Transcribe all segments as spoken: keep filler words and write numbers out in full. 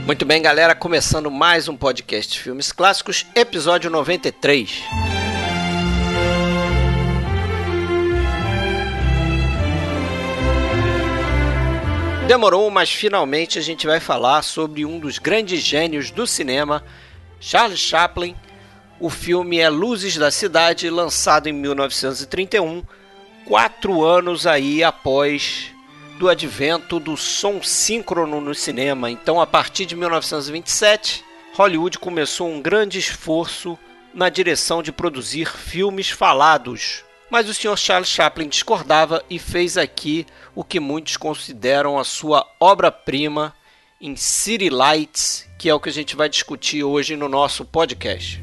Muito bem, galera, começando mais um podcast de Filmes Clássicos, episódio noventa e três. Demorou, mas finalmente a gente vai falar sobre um dos grandes gênios do cinema, Charles Chaplin. O filme é Luzes da Cidade, lançado em mil novecentos e trinta e um, quatro anos aí após do advento do som síncrono no cinema. Então, a partir de mil novecentos e vinte e sete, Hollywood começou um grande esforço na direção de produzir filmes falados. Mas o senhor Charles Chaplin discordava e fez aqui o que muitos consideram a sua obra-prima em City Lights, que é o que a gente vai discutir hoje no nosso podcast.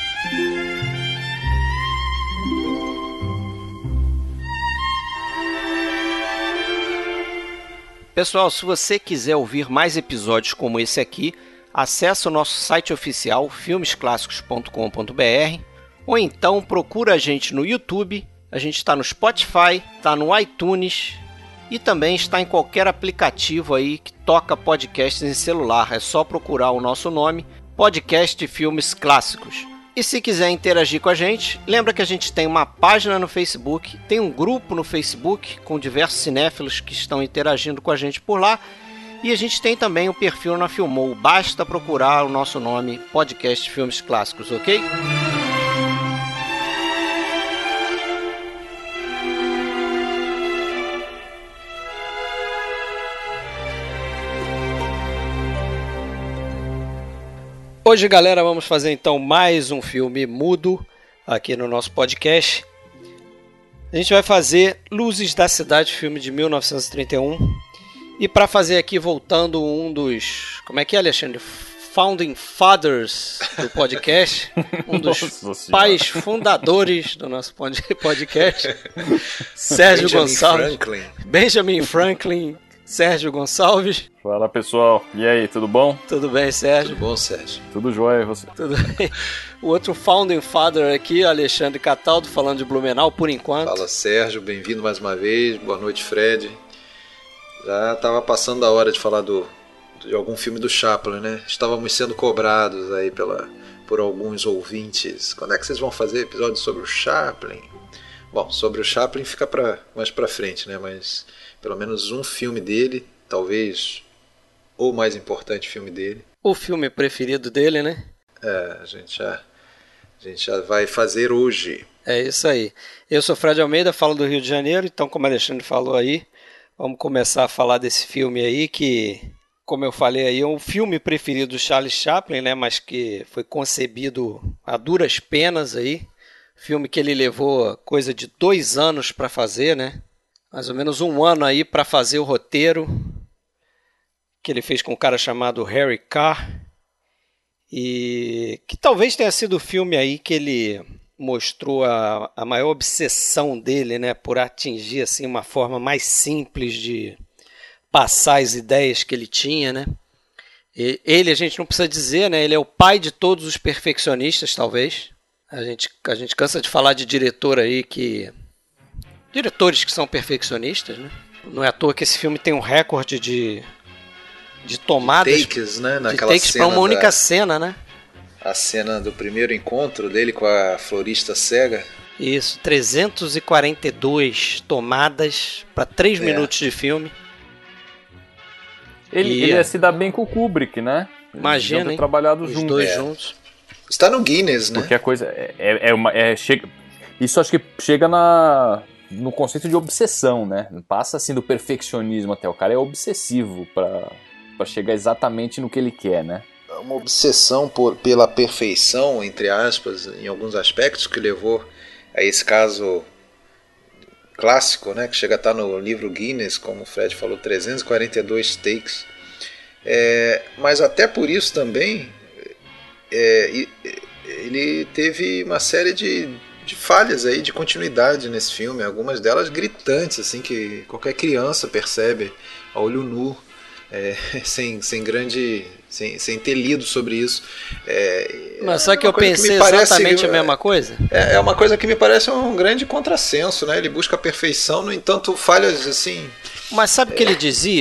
Pessoal, se você quiser ouvir mais episódios como esse aqui, acesse o nosso site oficial filmes clássicos ponto com ponto b r ou então procura a gente no YouTube. A gente está no Spotify, está no iTunes e também está em qualquer aplicativo aí que toca podcasts em celular. É só procurar o nosso nome, Podcast de Filmes Clássicos. E se quiser interagir com a gente, lembra que a gente tem uma página no Facebook, tem um grupo no Facebook com diversos cinéfilos que estão interagindo com a gente por lá. E a gente tem também o perfil na Filmou. Basta procurar o nosso nome, Podcast de Filmes Clássicos, ok? Hoje, galera, vamos fazer então mais um filme mudo aqui no nosso podcast. A gente vai fazer Luzes da Cidade, filme de mil novecentos e trinta e um. E para fazer aqui, voltando um dos... Como é que é, Alexandre? Founding Fathers do podcast. Um dos pais fundadores do nosso podcast. Sérgio Benjamin Gonçalves. Franklin. Benjamin Franklin. Sérgio Gonçalves. Fala, pessoal. E aí, tudo bom? Tudo bem, Sérgio? Tudo bom, Sérgio? Tudo jóia, e você? Tudo bem. O outro founding father aqui, Alexandre Cataldo, falando de Blumenau por enquanto. Fala, Sérgio. Bem-vindo mais uma vez. Boa noite, Fred. Já estava passando a hora de falar do, de algum filme do Chaplin, né? Estávamos sendo cobrados aí pela, por alguns ouvintes. Quando é que vocês vão fazer episódio sobre o Chaplin? Bom, sobre o Chaplin fica pra, mais pra frente, né? Mas pelo menos um filme dele, talvez o mais importante filme dele. O filme preferido dele, né? É, a gente já, a gente já vai fazer hoje. É isso aí. Eu sou Fred Almeida, falo do Rio de Janeiro, então como o Alexandre falou aí, vamos começar a falar desse filme aí que, como eu falei aí, é um filme preferido do Charles Chaplin, né? Mas que foi concebido a duras penas aí. Filme que ele levou coisa de dois anos para fazer, né? Mais ou menos um ano aí para fazer o roteiro, que ele fez com um cara chamado Harry Carr, e que talvez tenha sido o filme aí que ele mostrou a, a maior obsessão dele, né, por atingir assim, uma forma mais simples de passar as ideias que ele tinha, né? E ele, a gente não precisa dizer, né, ele é o pai de todos os perfeccionistas, talvez. A gente, a gente cansa de falar de diretor aí que... Diretores que são perfeccionistas, né? Não é à toa que esse filme tem um recorde de, de tomadas... Takes, né? De Naquela takes para uma única da, cena, né? A cena do primeiro encontro dele com a florista cega. Isso, trezentos e quarenta e dois tomadas para três é. minutos de filme. Ele, e, ele ia se dar bem com o Kubrick, né? Imagina, hein? Trabalhado Os juntos. dois é. juntos. Está no Guinness, né? Porque a coisa é, é, é uma... É, chega, isso acho que chega na... no conceito de obsessão, né? Passa assim do perfeccionismo até. O cara é obsessivo pra, pra chegar exatamente no que ele quer, né? Uma obsessão por, pela perfeição, entre aspas, em alguns aspectos, que levou a esse caso clássico, né? Que chega a estar no livro Guinness, como o Fred falou, trezentos e quarenta e dois takes. É, mas até por isso também é, ele teve uma série de de falhas aí de continuidade nesse filme, algumas delas gritantes, assim, que qualquer criança percebe a olho nu, é, sem, sem grande, sem, sem ter lido sobre isso. É, Mas sabe é que eu pensei que exatamente parece, a mesma coisa? É, é uma coisa que me parece um grande contrassenso, né? Ele busca a perfeição, no entanto, falhas assim... Mas sabe o é... que ele dizia?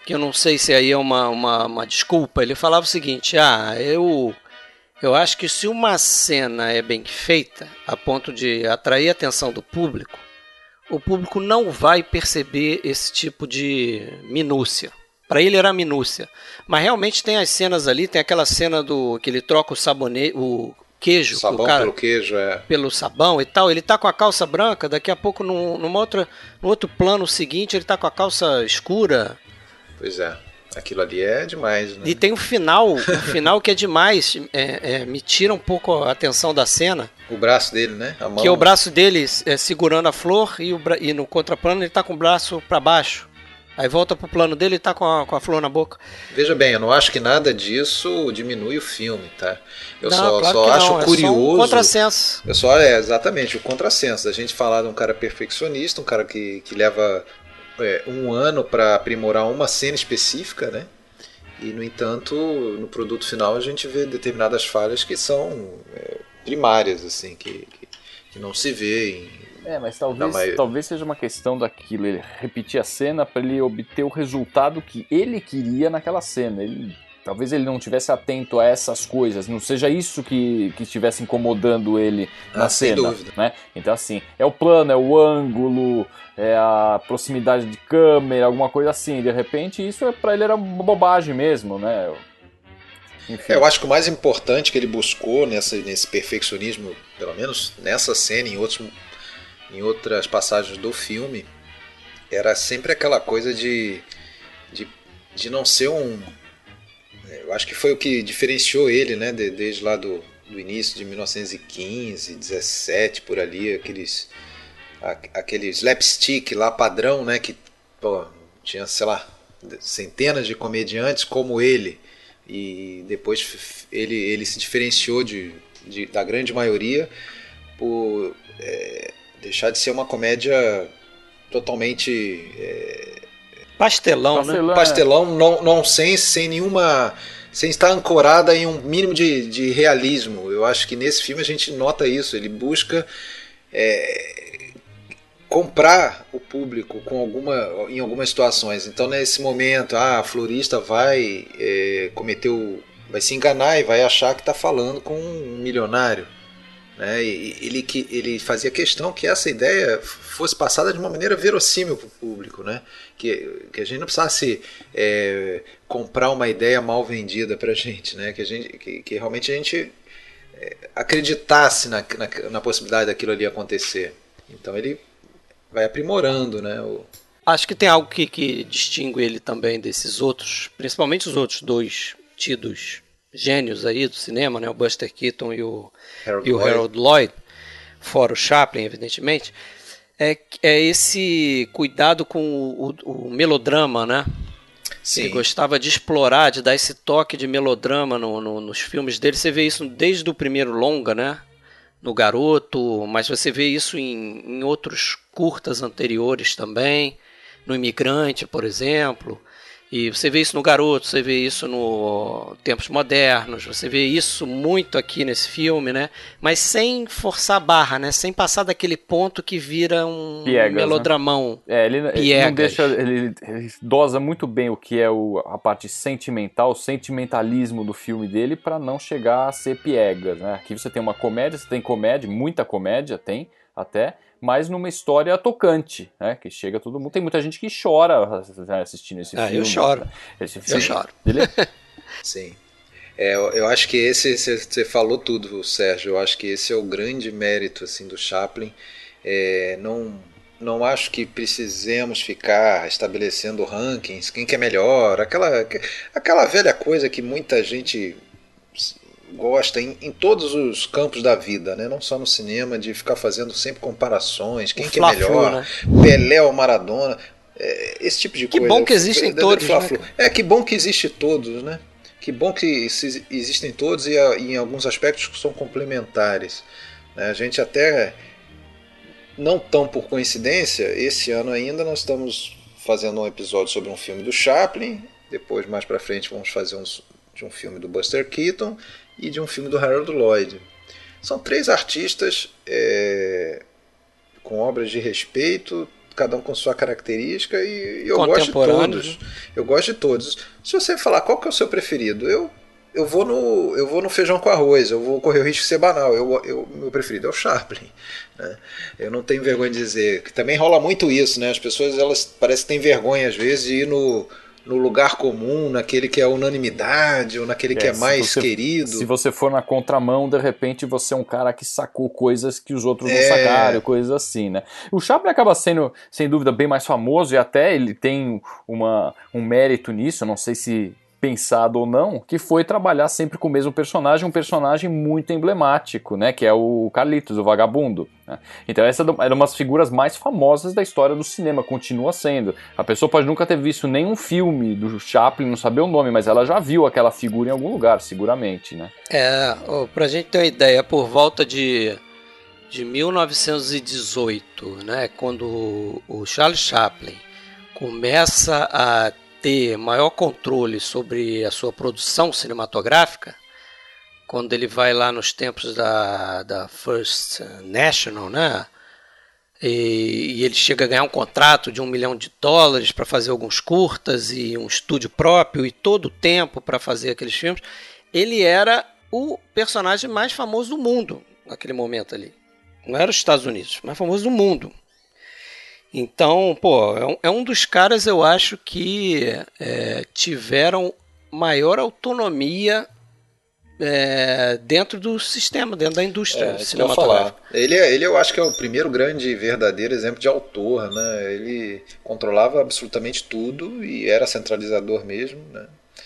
que eu não sei se aí é uma, uma, uma desculpa, ele falava o seguinte, ah, eu, eu acho que se uma cena é bem feita, a ponto de atrair a atenção do público, o público não vai perceber esse tipo de minúcia. Para ele era minúcia. Mas realmente tem as cenas ali, tem aquela cena do que ele troca o sabonete, o queijo, sabão o cara, pelo queijo, é. Pelo sabão e tal. Ele tá com a calça branca, daqui a pouco num, numa outra, no outro plano seguinte ele tá com a calça escura. Pois é. Aquilo ali é demais, né? E tem o final, o final que é demais, é, é, me tira um pouco a atenção da cena. O braço dele, né? A mão. Que é o braço dele é, segurando a flor e, o, e no contraplano ele tá com o braço para baixo. Aí volta pro plano dele e tá com a, com a flor na boca. Veja bem, eu não acho que nada disso diminui o filme, tá? Eu não, só, claro só acho não, curioso. É só um contrassenso. Eu só, é, exatamente, o contrassenso. Da gente falar de um cara perfeccionista, um cara que, que leva é, um ano para aprimorar uma cena específica, né? E, no entanto, no produto final a gente vê determinadas falhas que são é, primárias, assim, que, que, que não se vê em. É, mas talvez, Não, mas... talvez seja uma questão daquilo, ele repetir a cena para ele obter o resultado que ele queria naquela cena. Ele, talvez ele não tivesse atento a essas coisas, não seja isso que, que estivesse incomodando ele na ah, cena. Sem dúvida. Né? Então assim, é o plano, é o ângulo, é a proximidade de câmera, alguma coisa assim. De repente isso é, para ele era bobagem mesmo, né? É, eu acho que o mais importante que ele buscou nessa, nesse perfeccionismo, pelo menos nessa cena e em outros em outras passagens do filme, era sempre aquela coisa de, de, de não ser um... Eu acho que foi o que diferenciou ele, né, de, desde lá do, do início de mil novecentos e quinze, dezessete, por ali, aqueles, a, aquele slapstick lá padrão, né, que pô, tinha, sei lá, centenas de comediantes como ele, e depois ele, ele se diferenciou de, de, da grande maioria por... É, deixar de ser uma comédia totalmente é, pastelão, pastelão, né? Pastelão, não, nonsense, sem nenhuma, sem estar ancorada em um mínimo de, de realismo. Eu acho que nesse filme a gente nota isso. Ele busca é, comprar o público com alguma, em algumas situações. Então nesse momento, ah, a florista vai é, cometer o, vai se enganar e vai achar que está falando com um milionário. Né? Ele, ele fazia questão que essa ideia fosse passada de uma maneira verossímil para o público, né? que, que a gente não precisasse é, comprar uma ideia mal vendida para a gente, né? que, a gente que, que realmente a gente é, acreditasse na, na, na possibilidade daquilo ali acontecer. Então ele vai aprimorando, né? o... Acho que tem algo que, que distingue ele também desses outros, principalmente os outros dois tidos gênios aí do cinema, né? O Buster Keaton e o Harold, e o Lloyd. Harold Lloyd, fora o Chaplin, evidentemente, é, é esse cuidado com o, o, o melodrama, né? Sim. Ele gostava de explorar, de dar esse toque de melodrama no, no, nos filmes dele. Você vê isso desde o primeiro longa, né? No Garoto, mas você vê isso em, em outros curtas anteriores também, no Imigrante, por exemplo. E você vê isso no Garoto, você vê isso no Tempos Modernos, você vê isso muito aqui nesse filme, né? Mas sem forçar a barra, né? Sem passar daquele ponto que vira um Piegas, melodramão. Né? É, ele, ele não deixa, ele, ele dosa muito bem o que é o, a parte sentimental, o sentimentalismo do filme dele para não chegar a ser piegas, né? Aqui você tem uma comédia, você tem comédia, muita comédia tem até, mas numa história tocante, né? Que chega todo mundo. Tem muita gente que chora assistindo esse ah, filme. Eu choro. Esse filme. Eu choro. Sim. É, eu, eu acho que esse, você falou tudo, Sérgio. Eu acho que esse é o grande mérito assim, do Chaplin. É, não, não acho que precisemos ficar estabelecendo rankings, quem que é melhor, aquela, aquela velha coisa que muita gente gosta em, em todos os campos da vida, né? Não só no cinema, de ficar fazendo sempre comparações, quem que é melhor, né? Pelé ou Maradona, é, esse tipo de que coisa. Que bom que existem todos, né? É, que bom que existe todos, né? Que bom que existem todos e, e em alguns aspectos são complementares. Né? A gente até, não tão por coincidência, esse ano ainda nós estamos fazendo um episódio sobre um filme do Chaplin, depois mais pra frente vamos fazer um, de um filme do Buster Keaton e de um filme do Harold Lloyd. São três artistas é, com obras de respeito, cada um com sua característica, e, e eu gosto de todos. Eu gosto de todos. Se você falar qual que é o seu preferido, eu, eu, vou, no, eu vou no feijão com arroz, eu vou correr o risco de ser banal. Eu, eu, meu preferido é o Chaplin. Né? Eu não tenho vergonha de dizer, que também rola muito isso, né? As pessoas elas parecem que têm vergonha às vezes de ir no... no lugar comum, naquele que é unanimidade, ou naquele é, que é mais você, querido. Se você for na contramão, de repente você é um cara que sacou coisas que os outros é. não sacaram, coisas assim, né? O Chaplin acaba sendo, sem dúvida, bem mais famoso, e até ele tem uma, um mérito nisso, não sei se pensado ou não, que foi trabalhar sempre com o mesmo personagem, um personagem muito emblemático, né, que é o Carlitos, o vagabundo, né? Então essa é uma das figuras mais famosas da história do cinema, continua sendo. A pessoa pode nunca ter visto nenhum filme do Chaplin, não saber o nome, mas ela já viu aquela figura em algum lugar, seguramente, né? É, pra gente ter uma ideia, por volta de, de mil novecentos e dezoito, né, quando o Charles Chaplin começa a ter maior controle sobre a sua produção cinematográfica, quando ele vai lá nos tempos da, da First National, né? E, e ele chega a ganhar um contrato de um milhão de dólares para fazer alguns curtas e um estúdio próprio e todo o tempo para fazer aqueles filmes. Ele era o personagem mais famoso do mundo naquele momento ali. Não era os Estados Unidos, mais famoso do mundo. Então, pô, é um, é um dos caras, eu acho, que é, tiveram maior autonomia é, dentro do sistema, dentro da indústria é, cinematográfica. Ele, ele eu acho que é o primeiro grande e verdadeiro exemplo de autor, né? Ele controlava absolutamente tudo e era centralizador mesmo, né?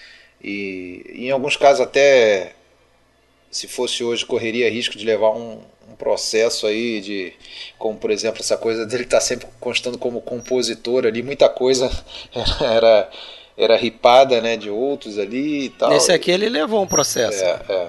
E em alguns casos até, se fosse hoje, correria risco de levar um, um processo aí de, como por exemplo essa coisa dele estar sempre constando como compositor ali, muita coisa era era ripada, né, de outros ali e tal. Nesse aqui ele levou um processo. É, é.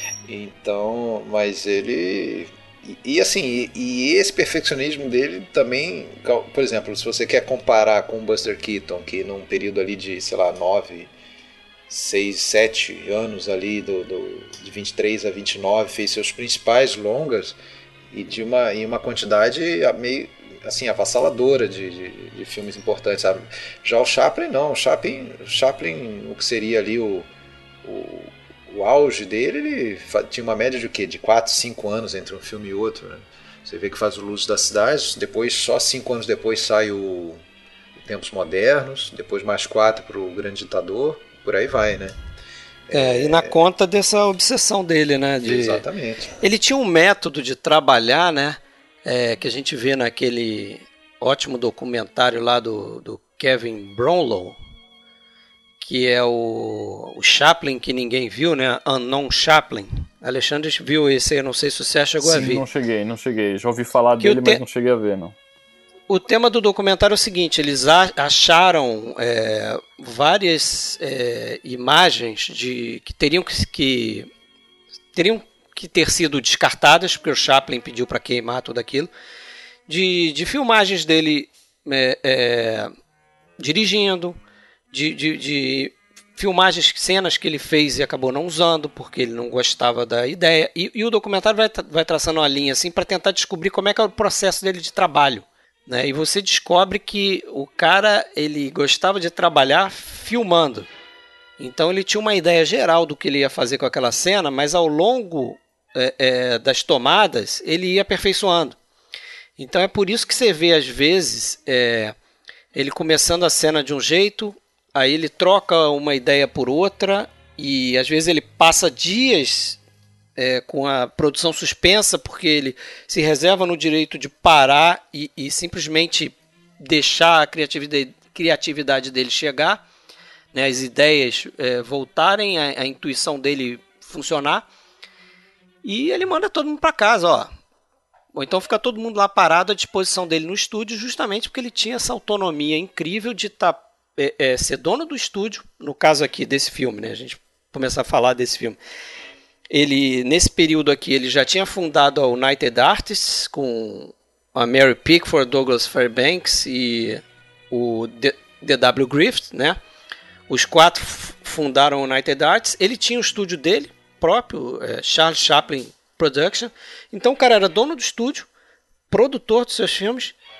Então, mas ele e, e assim, e, e esse perfeccionismo dele também, por exemplo, se você quer comparar com o Buster Keaton, que num período ali de, sei lá, nove seis, sete anos ali, do, do, de vinte e três a vinte e nove, fez seus principais longas e de uma, em uma quantidade meio assim, avassaladora de, de, de filmes importantes, sabe? Já o Chaplin não, o Chaplin, o Chaplin, o que seria ali o, o, o auge dele, ele tinha uma média de o quê? De quatro, cinco anos entre um filme e outro, né? Você vê que faz o Luz das Cidades, depois, só cinco anos depois sai o Tempos Modernos, depois mais quatro para o Grande Ditador, por aí vai, né? É, e na conta dessa obsessão dele, né? De... Exatamente. Ele tinha um método de trabalhar, né? É, que a gente vê naquele ótimo documentário lá do, do Kevin Brownlow, que é o, o Chaplin que ninguém viu, né? Unknown Chaplin. Alexandre viu esse aí, eu não sei se você já chegou Sim, a ver. Não cheguei, não cheguei. Já ouvi falar que dele, te... mas não cheguei a ver, não. O tema do documentário é o seguinte: eles acharam é, várias é, imagens de, que teriam que, que teriam que ter sido descartadas, porque o Chaplin pediu para queimar tudo aquilo, de, de filmagens dele é, é, dirigindo, de, de, de filmagens, cenas que ele fez e acabou não usando, porque ele não gostava da ideia. E, e o documentário vai, vai traçando uma linha assim para tentar descobrir como é que é o processo dele de trabalho. Né? E você descobre que o cara ele gostava de trabalhar filmando. Então ele tinha uma ideia geral do que ele ia fazer com aquela cena, mas ao longo é, é, das tomadas ele ia aperfeiçoando. Então é por isso que você vê às vezes é, ele começando a cena de um jeito, aí ele troca uma ideia por outra e às vezes ele passa dias É, com a produção suspensa, porque ele se reserva no direito de parar e, e simplesmente deixar a criatividade, criatividade dele chegar, né, as ideias é, voltarem, a, a intuição dele funcionar, e ele manda todo mundo para casa, ó. Ou então fica todo mundo lá parado à disposição dele no estúdio, justamente porque ele tinha essa autonomia incrível de tá, é, é, ser dono do estúdio, no caso aqui desse filme, né, a gente começar a falar desse filme. Ele, nesse período aqui, ele já tinha fundado a United Artists com a Mary Pickford, Douglas Fairbanks e o D W Griffith, né? Os quatro fundaram a United Artists. Ele tinha o estúdio dele próprio, é, Charles Chaplin Production. Então o cara era dono do estúdio, produtor dos seus filmes,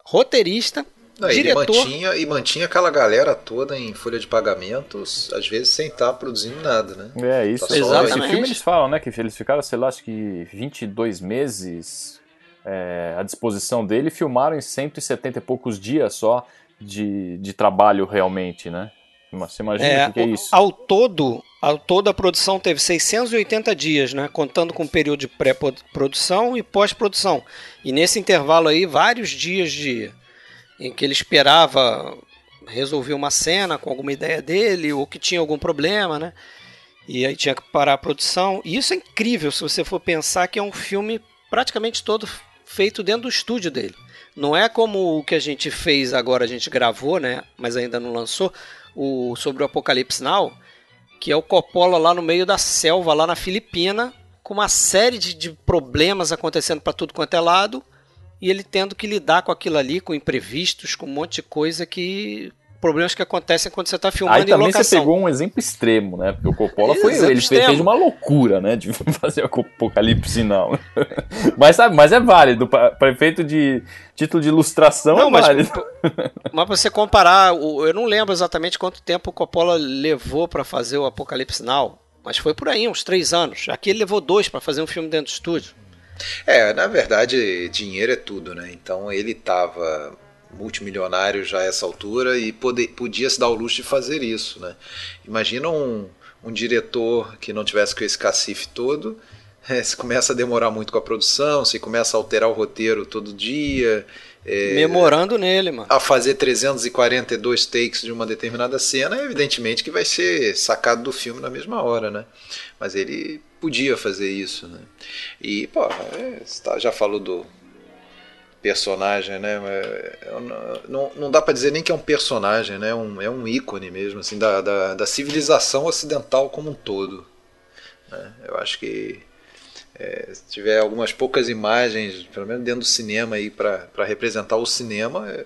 roteirista, Não, diretor... Ele mantinha, e mantinha aquela galera toda em folha de pagamentos, às vezes sem estar produzindo nada, né? É, isso. Tá Exatamente. Esse filme eles falam, né, que eles ficaram, sei lá, acho que vinte e dois meses é, à disposição dele, e filmaram em cento e setenta e poucos dias só de, de trabalho realmente, né? Você imagina É, o que, que é isso? Ao todo, ao todo a produção teve seiscentos e oitenta dias, né? Contando com o período de pré-produção e pós-produção. E nesse intervalo aí, vários dias de em que ele esperava resolver uma cena com alguma ideia dele ou que tinha algum problema, né? E aí tinha que parar a produção. E isso é incrível se você for pensar que é um filme praticamente todo feito dentro do estúdio dele. Não é como o que a gente fez agora, a gente gravou, né? Mas ainda não lançou. O, sobre o Apocalipse Now, que é o Coppola lá no meio da selva, lá na Filipina, com uma série de, de problemas acontecendo para tudo quanto é lado, e ele tendo que lidar com aquilo ali, com imprevistos, com um monte de coisa que... problemas que acontecem quando você está filmando Aí em também locação. Você pegou um exemplo extremo, né? Porque o Coppola foi, Exemplo ele extremo. fez uma loucura, né? De fazer o Apocalipse Now. mas, sabe, mas é válido. Para efeito de título de ilustração, não, é mas, válido. Mas pra você comparar, eu não lembro exatamente quanto tempo o Coppola levou para fazer o Apocalipse Now, mas foi por aí, uns três anos. Aqui ele levou dois para fazer um filme dentro do estúdio. É, na verdade, dinheiro é tudo, né? Então ele estava multimilionário já a essa altura e poder, podia se dar o luxo de fazer isso, né? Imagina um, um diretor que não tivesse com esse cacife todo, é, se começa a demorar muito com a produção, se começa a alterar o roteiro todo dia... É, memorando nele, mano. A fazer trezentos e quarenta e dois takes de uma determinada cena, evidentemente que vai ser sacado do filme na mesma hora, né? Mas ele podia fazer isso, né? E, pô, é, você já falou do personagem, né? Não, não dá pra dizer nem que é um personagem, né? Um, é um ícone mesmo, assim, da, da, da civilização ocidental como um todo, né? Eu acho que É, se tiver algumas poucas imagens, pelo menos dentro do cinema aí para representar o cinema, é...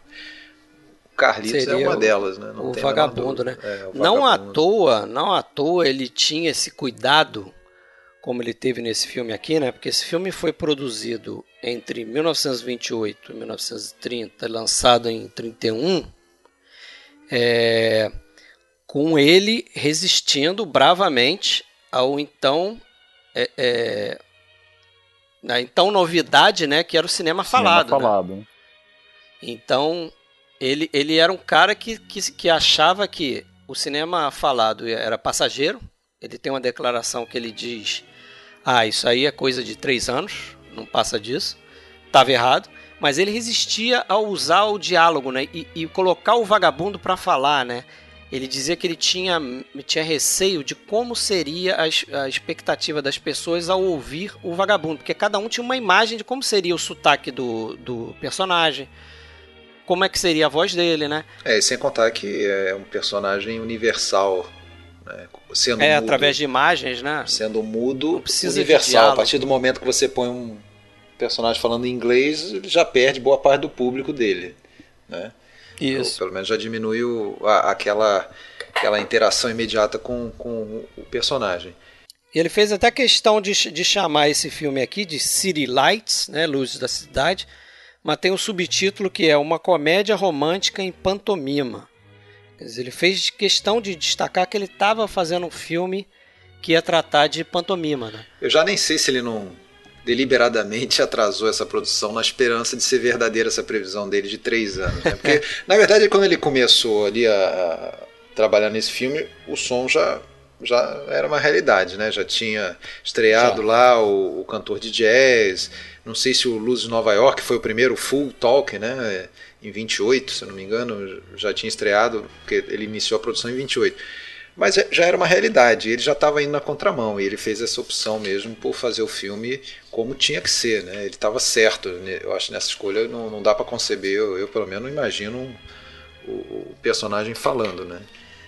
o Carlitos Seria é uma delas, né? Não o tem vagabundo, né? É, o não vagabundo. à toa, não à toa ele tinha esse cuidado como ele teve nesse filme aqui, né? Porque esse filme foi produzido entre mil novecentos e vinte e oito e mil novecentos e trinta, lançado em trinta e um, é... com ele resistindo bravamente ao então É, é, a então novidade, né, que era o cinema, cinema falado. falado. Né? Então, ele, ele era um cara que, que, que achava que o cinema falado era passageiro. Ele tem uma declaração que ele diz: ah, isso aí é coisa de três anos, não passa disso. Estava errado. Mas ele resistia a usar o diálogo, né, e, e colocar o vagabundo para falar, né? Ele dizia que ele tinha, tinha receio de como seria a, a expectativa das pessoas ao ouvir o vagabundo, porque cada um tinha uma imagem de como seria o sotaque do, do personagem, como é que seria a voz dele, né? É, e sem contar que é um personagem universal, né? Sendo é, mudo, através de imagens, né? Sendo mudo, precisa universal. A partir do momento que você põe um personagem falando inglês, ele já perde boa parte do público dele, né? Isso. Ou, pelo menos já diminui o, a, aquela, aquela interação imediata com, com o personagem. Ele fez até questão de, de chamar esse filme aqui de City Lights, né, Luzes da Cidade, mas tem um subtítulo que é Uma Comédia Romântica em Pantomima. Quer dizer, ele fez questão de destacar que ele estava fazendo um filme que ia tratar de pantomima, né? Eu já nem sei se ele não deliberadamente atrasou essa produção na esperança de ser verdadeira essa previsão dele de três anos, né? Porque, na verdade, quando ele começou ali a, a trabalhar nesse filme, o som já, já era uma realidade, né? Já tinha estreado já. lá o, o cantor de jazz, não sei se o Luz de Nova York foi o primeiro full talk, né? Em vinte e oito, se eu não me engano, já tinha estreado, porque ele iniciou a produção em vinte e oito. Mas já era uma realidade, ele já estava indo na contramão, e ele fez essa opção mesmo por fazer o filme como tinha que ser, né? Ele estava certo, eu acho que nessa escolha não, não dá para conceber, eu, eu pelo menos não imagino um, o, o personagem falando, né?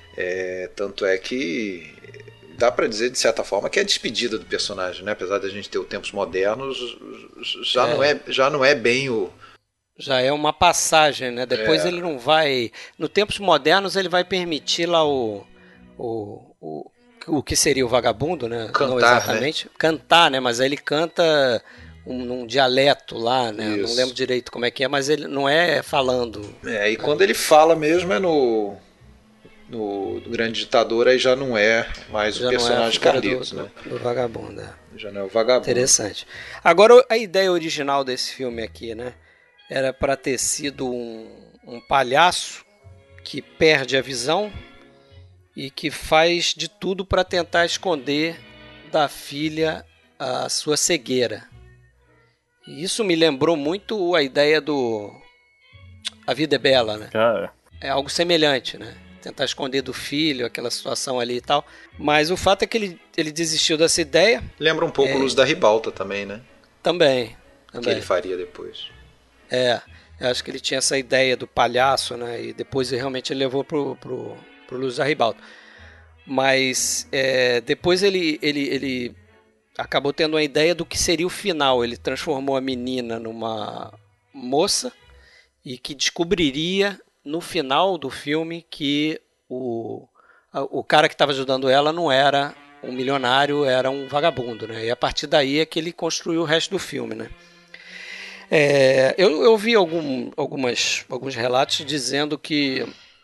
É, tanto é que dá para dizer de certa forma que é a despedida do personagem, né? Apesar da gente ter os tempos modernos, já, é. Não, é, já não é bem o... Já é uma passagem, né? Depois é. ele não vai... No tempos modernos ele vai permitir lá o... O, o, o que seria o vagabundo, né? Cantar, não exatamente. Né? Cantar, né? Mas aí ele canta um, num dialeto lá, né? Não lembro direito como é que é, mas ele não é falando. É, e quando ele fala mesmo é no, no, no Grande Ditador, aí já não é mais já o personagem é Carlitos, do, né? Do, do vagabundo, né? Já não é o vagabundo. Interessante. Agora, a ideia original desse filme aqui, né? Era para ter sido um, um palhaço que perde a visão e que faz de tudo para tentar esconder da filha a sua cegueira. E isso me lembrou muito a ideia do A Vida é Bela, né? Cara. É algo semelhante, né? Tentar esconder do filho, aquela situação ali e tal. Mas o fato é que ele, ele desistiu dessa ideia. Lembra um pouco é... Luz da Ribalta também, né? Também, também. Que ele faria depois. É, eu acho que ele tinha essa ideia do palhaço, né? E depois ele realmente ele levou pro, pro, pro Luz da Ribalta. Mas é, depois ele, ele, ele acabou tendo uma ideia do que seria o final. Ele transformou a menina numa moça e que descobriria no final do filme que o, o cara que estava ajudando ela não era um milionário, era um vagabundo, né? E a partir daí é que ele construiu o resto do filme, né? É, eu, eu vi algum, algumas, alguns relatos dizendo que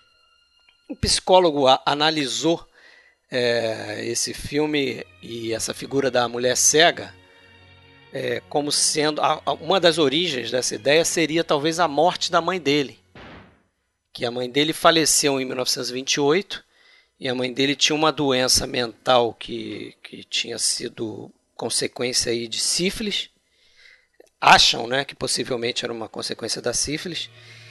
o psicólogo a, analisou é, esse filme e essa figura da mulher cega é, como sendo a, a, uma das origens dessa ideia seria talvez a morte da mãe dele, que a mãe dele faleceu em mil novecentos e vinte e oito e a mãe dele tinha uma doença mental que, que tinha sido consequência aí de sífilis. Acham, né, que possivelmente era uma consequência da sífilis,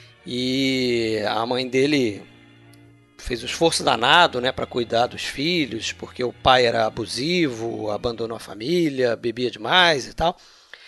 e a mãe dele fez um esforço danado, né, para cuidar dos filhos, porque o pai era abusivo, abandonou a família, bebia demais e tal.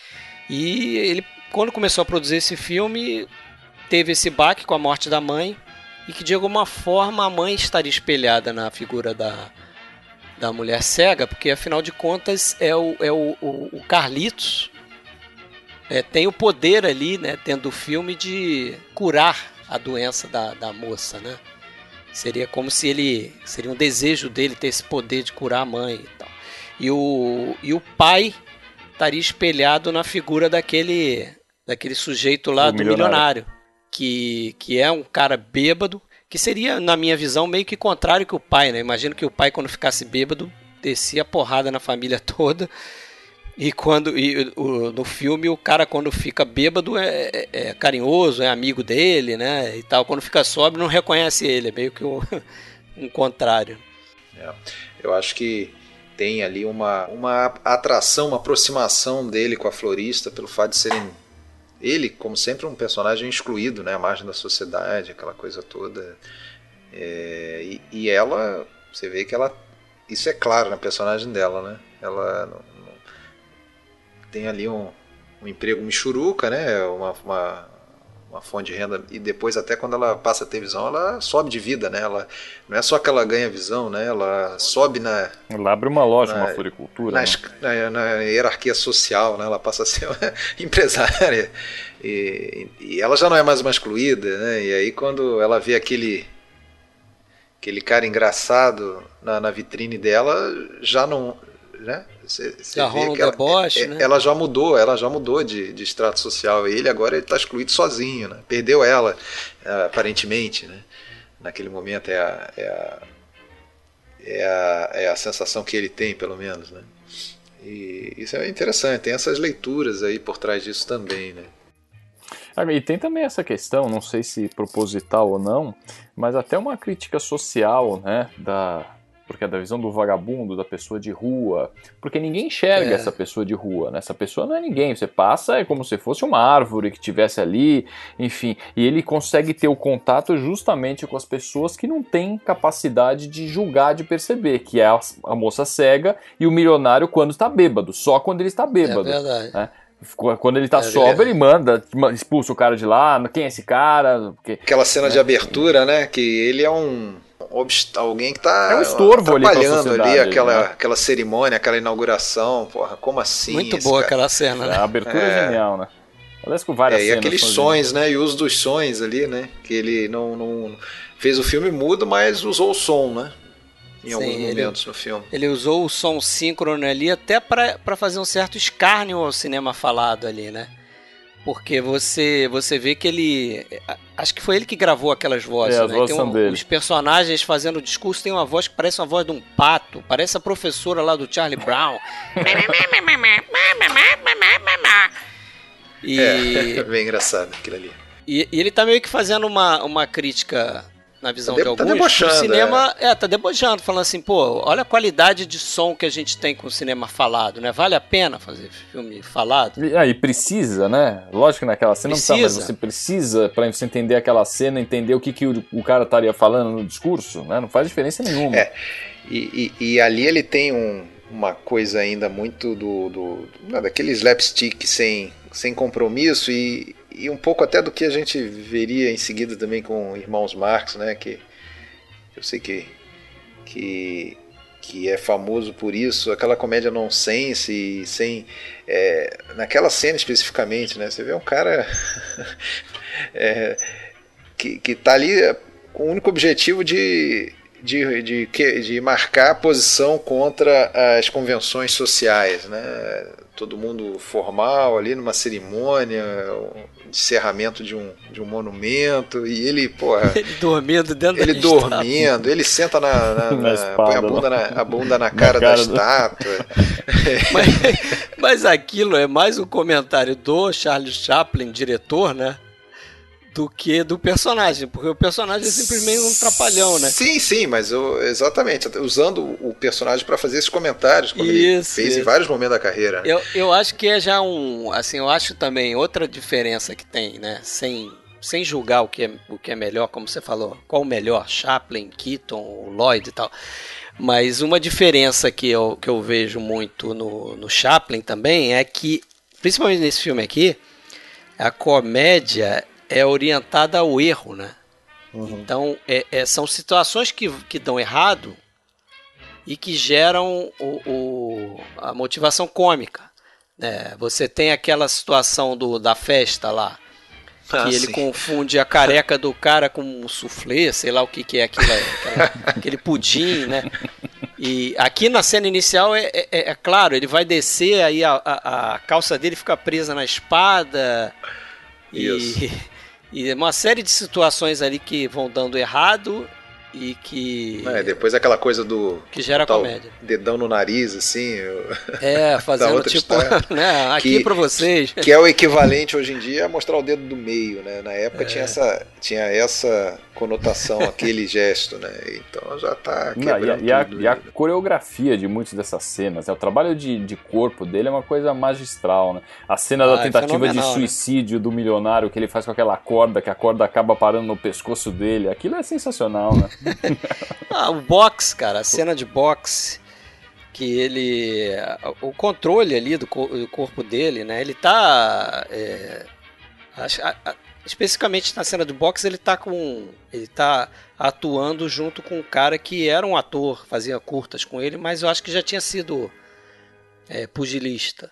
E ele, quando começou a produzir esse filme, teve esse baque com a morte da mãe, e que de alguma forma a mãe estaria espelhada na figura da, da mulher cega, porque afinal de contas é o, é o, o, o Carlitos. É, tem o poder ali, né, dentro do filme, de curar a doença da, da moça, né? Seria como se ele... Seria um desejo dele ter esse poder de curar a mãe e tal. E o, e o pai estaria espelhado na figura daquele, daquele sujeito lá, o do milionário, milionário que, que é um cara bêbado, que seria, na minha visão, meio que contrário que o pai, né? Imagino que o pai, quando ficasse bêbado, descia a porrada na família toda. E quando e, o, no filme o cara quando fica bêbado é, é, é carinhoso, é amigo dele, né? E tal. Quando fica sóbrio não reconhece ele, é meio que um, um contrário. É, eu acho que tem ali uma, uma atração, uma aproximação dele com a florista pelo fato de serem ele, como sempre, um personagem excluído, né? À margem da sociedade, aquela coisa toda. É, e, e ela, você vê que ela, isso é claro na personagem dela, né? Ela não, tem ali um, um emprego michuruca, né? uma, uma, uma fonte de renda, e depois até quando ela passa a ter visão, ela sobe de vida, né? Ela, não é só que ela ganha visão, né? Ela sobe na... Ela abre uma loja, na, uma floricultura. Na, né? na, na hierarquia social, né? Ela passa a ser uma empresária, e, e ela já não é mais uma excluída, né? E aí quando ela vê aquele... aquele cara engraçado na, na vitrine dela, já não... né? Você, você já rola um deboche, ela, né? ela já mudou, ela já mudou de, de extrato social. Ele agora está excluído sozinho, né? Perdeu ela, aparentemente, né? Naquele momento é a, é, a, é, a, é a sensação que ele tem, pelo menos, né? E isso é interessante, tem essas leituras aí por trás disso também, né? E tem também essa questão, não sei se proposital ou não, mas até uma crítica social, né? Da... porque é da visão do vagabundo, da pessoa de rua, porque ninguém enxerga é. essa pessoa de rua, né? Essa pessoa não é ninguém, você passa é como se fosse uma árvore que estivesse ali, enfim, e ele consegue ter o contato justamente com as pessoas que não têm capacidade de julgar, de perceber, que é a, a moça cega e o milionário quando está bêbado, só quando ele está bêbado. É verdade. Né? Quando ele tá é sóbrio, ele manda, expulsa o cara de lá, quem é esse cara? Porque, aquela cena né? de abertura, né? Que ele é um... alguém que está é um estorvo atrapalhando ali, ali aquela, né? aquela cerimônia, aquela inauguração, porra, como assim? Muito boa cara? Aquela cena, né? A abertura é, é genial, né? Aliás, com várias é, cenas. E aqueles sons, né? E o uso dos sons ali, né? Que ele não, não fez o filme mudo, mas usou o som, né? em Sim, alguns momentos ele, no filme. Ele usou o som síncrono ali até para fazer um certo escárnio ao cinema falado ali, né? Porque você, você vê que ele... Acho que foi ele que gravou aquelas vozes, é, né? Tem um, dele. Os personagens fazendo o discurso tem uma voz que parece uma voz de um pato. Parece a professora lá do Charlie Brown. e... É, bem engraçado aquilo ali. E, e ele tá meio que fazendo uma, uma crítica... na visão tá de, de alguns, tá debochando, o cinema, é. é, tá debochando, falando assim, pô, olha a qualidade de som que a gente tem com o cinema falado, né? Vale a pena fazer filme falado? E aí, precisa, né? Lógico que naquela cena precisa. não precisa, mas você precisa, pra você entender aquela cena, entender o que, que o, o cara estaria falando no discurso, né? Não faz diferença nenhuma. É, e, e, e ali ele tem um, uma coisa ainda muito do, do, do daquele slapstick sem, sem compromisso e E um pouco até do que a gente veria em seguida também com Irmãos Marx, né? Que eu sei que, que, que é famoso por isso, aquela comédia nonsense, sem, é, naquela cena especificamente, né? Você vê um cara é, que, que tá ali com o único objetivo de, de, de, de marcar a posição contra as convenções sociais, né? Todo mundo formal ali numa cerimônia, encerramento de um, de um monumento, e ele, porra... Ele dormindo dentro ele da dormindo, estátua. Ele senta na... na, na, na espada, põe a bunda na, a bunda na cara, na cara da estátua. Do... mas, mas aquilo é mais um comentário do Charlie Chaplin, diretor, né? Do que do personagem, porque o personagem é simplesmente um trapalhão, né? Sim, sim, mas eu, exatamente, usando o personagem para fazer esses comentários, como isso, ele fez isso. em vários momentos da carreira. Né? Eu, eu acho que é já um, assim, eu acho também outra diferença que tem, né? Sem, sem julgar o que, é, o que é melhor, como você falou, qual o melhor, Chaplin, Keaton, Lloyd e tal. Mas uma diferença que eu, que eu vejo muito no, no Chaplin também é que, principalmente nesse filme aqui, a comédia é orientada ao erro, né? Uhum. Então, é, é, são situações que, que dão errado e que geram o, o, a motivação cômica. Né? Você tem aquela situação do, da festa lá, que ah, ele sim. confunde a careca do cara com um soufflé, sei lá o que, que é aquilo, aquela, aquele pudim, né? E aqui na cena inicial, é, é, é claro, ele vai descer, aí a, a, a calça dele fica presa na espada... Isso. E, e uma série de situações ali que vão dando errado e que... É, depois aquela coisa do... Que gera comédia. Dedão no nariz, assim... É, fazendo tipo... né, aqui que, pra vocês. Que é o equivalente hoje em dia a mostrar o dedo do meio, né? Na época é. tinha, essa, tinha essa conotação, aquele gesto, né? Então já tá quebrando Não, e, a, tudo. E a, e a coreografia de muitas dessas cenas, né? O trabalho de, de corpo dele é uma coisa magistral, né? A cena ah, da tentativa é de suicídio, né? Do milionário, que ele faz com aquela corda, que a corda acaba parando no pescoço dele, aquilo é sensacional, né? Ah, o boxe, cara, a cena de boxe, que ele... O controle ali do, do corpo dele, né? Ele tá... É, a, a, especificamente na cena do boxe, ele tá com... Ele tá atuando junto com um cara que era um ator, fazia curtas com ele, mas eu acho que já tinha sido é, pugilista.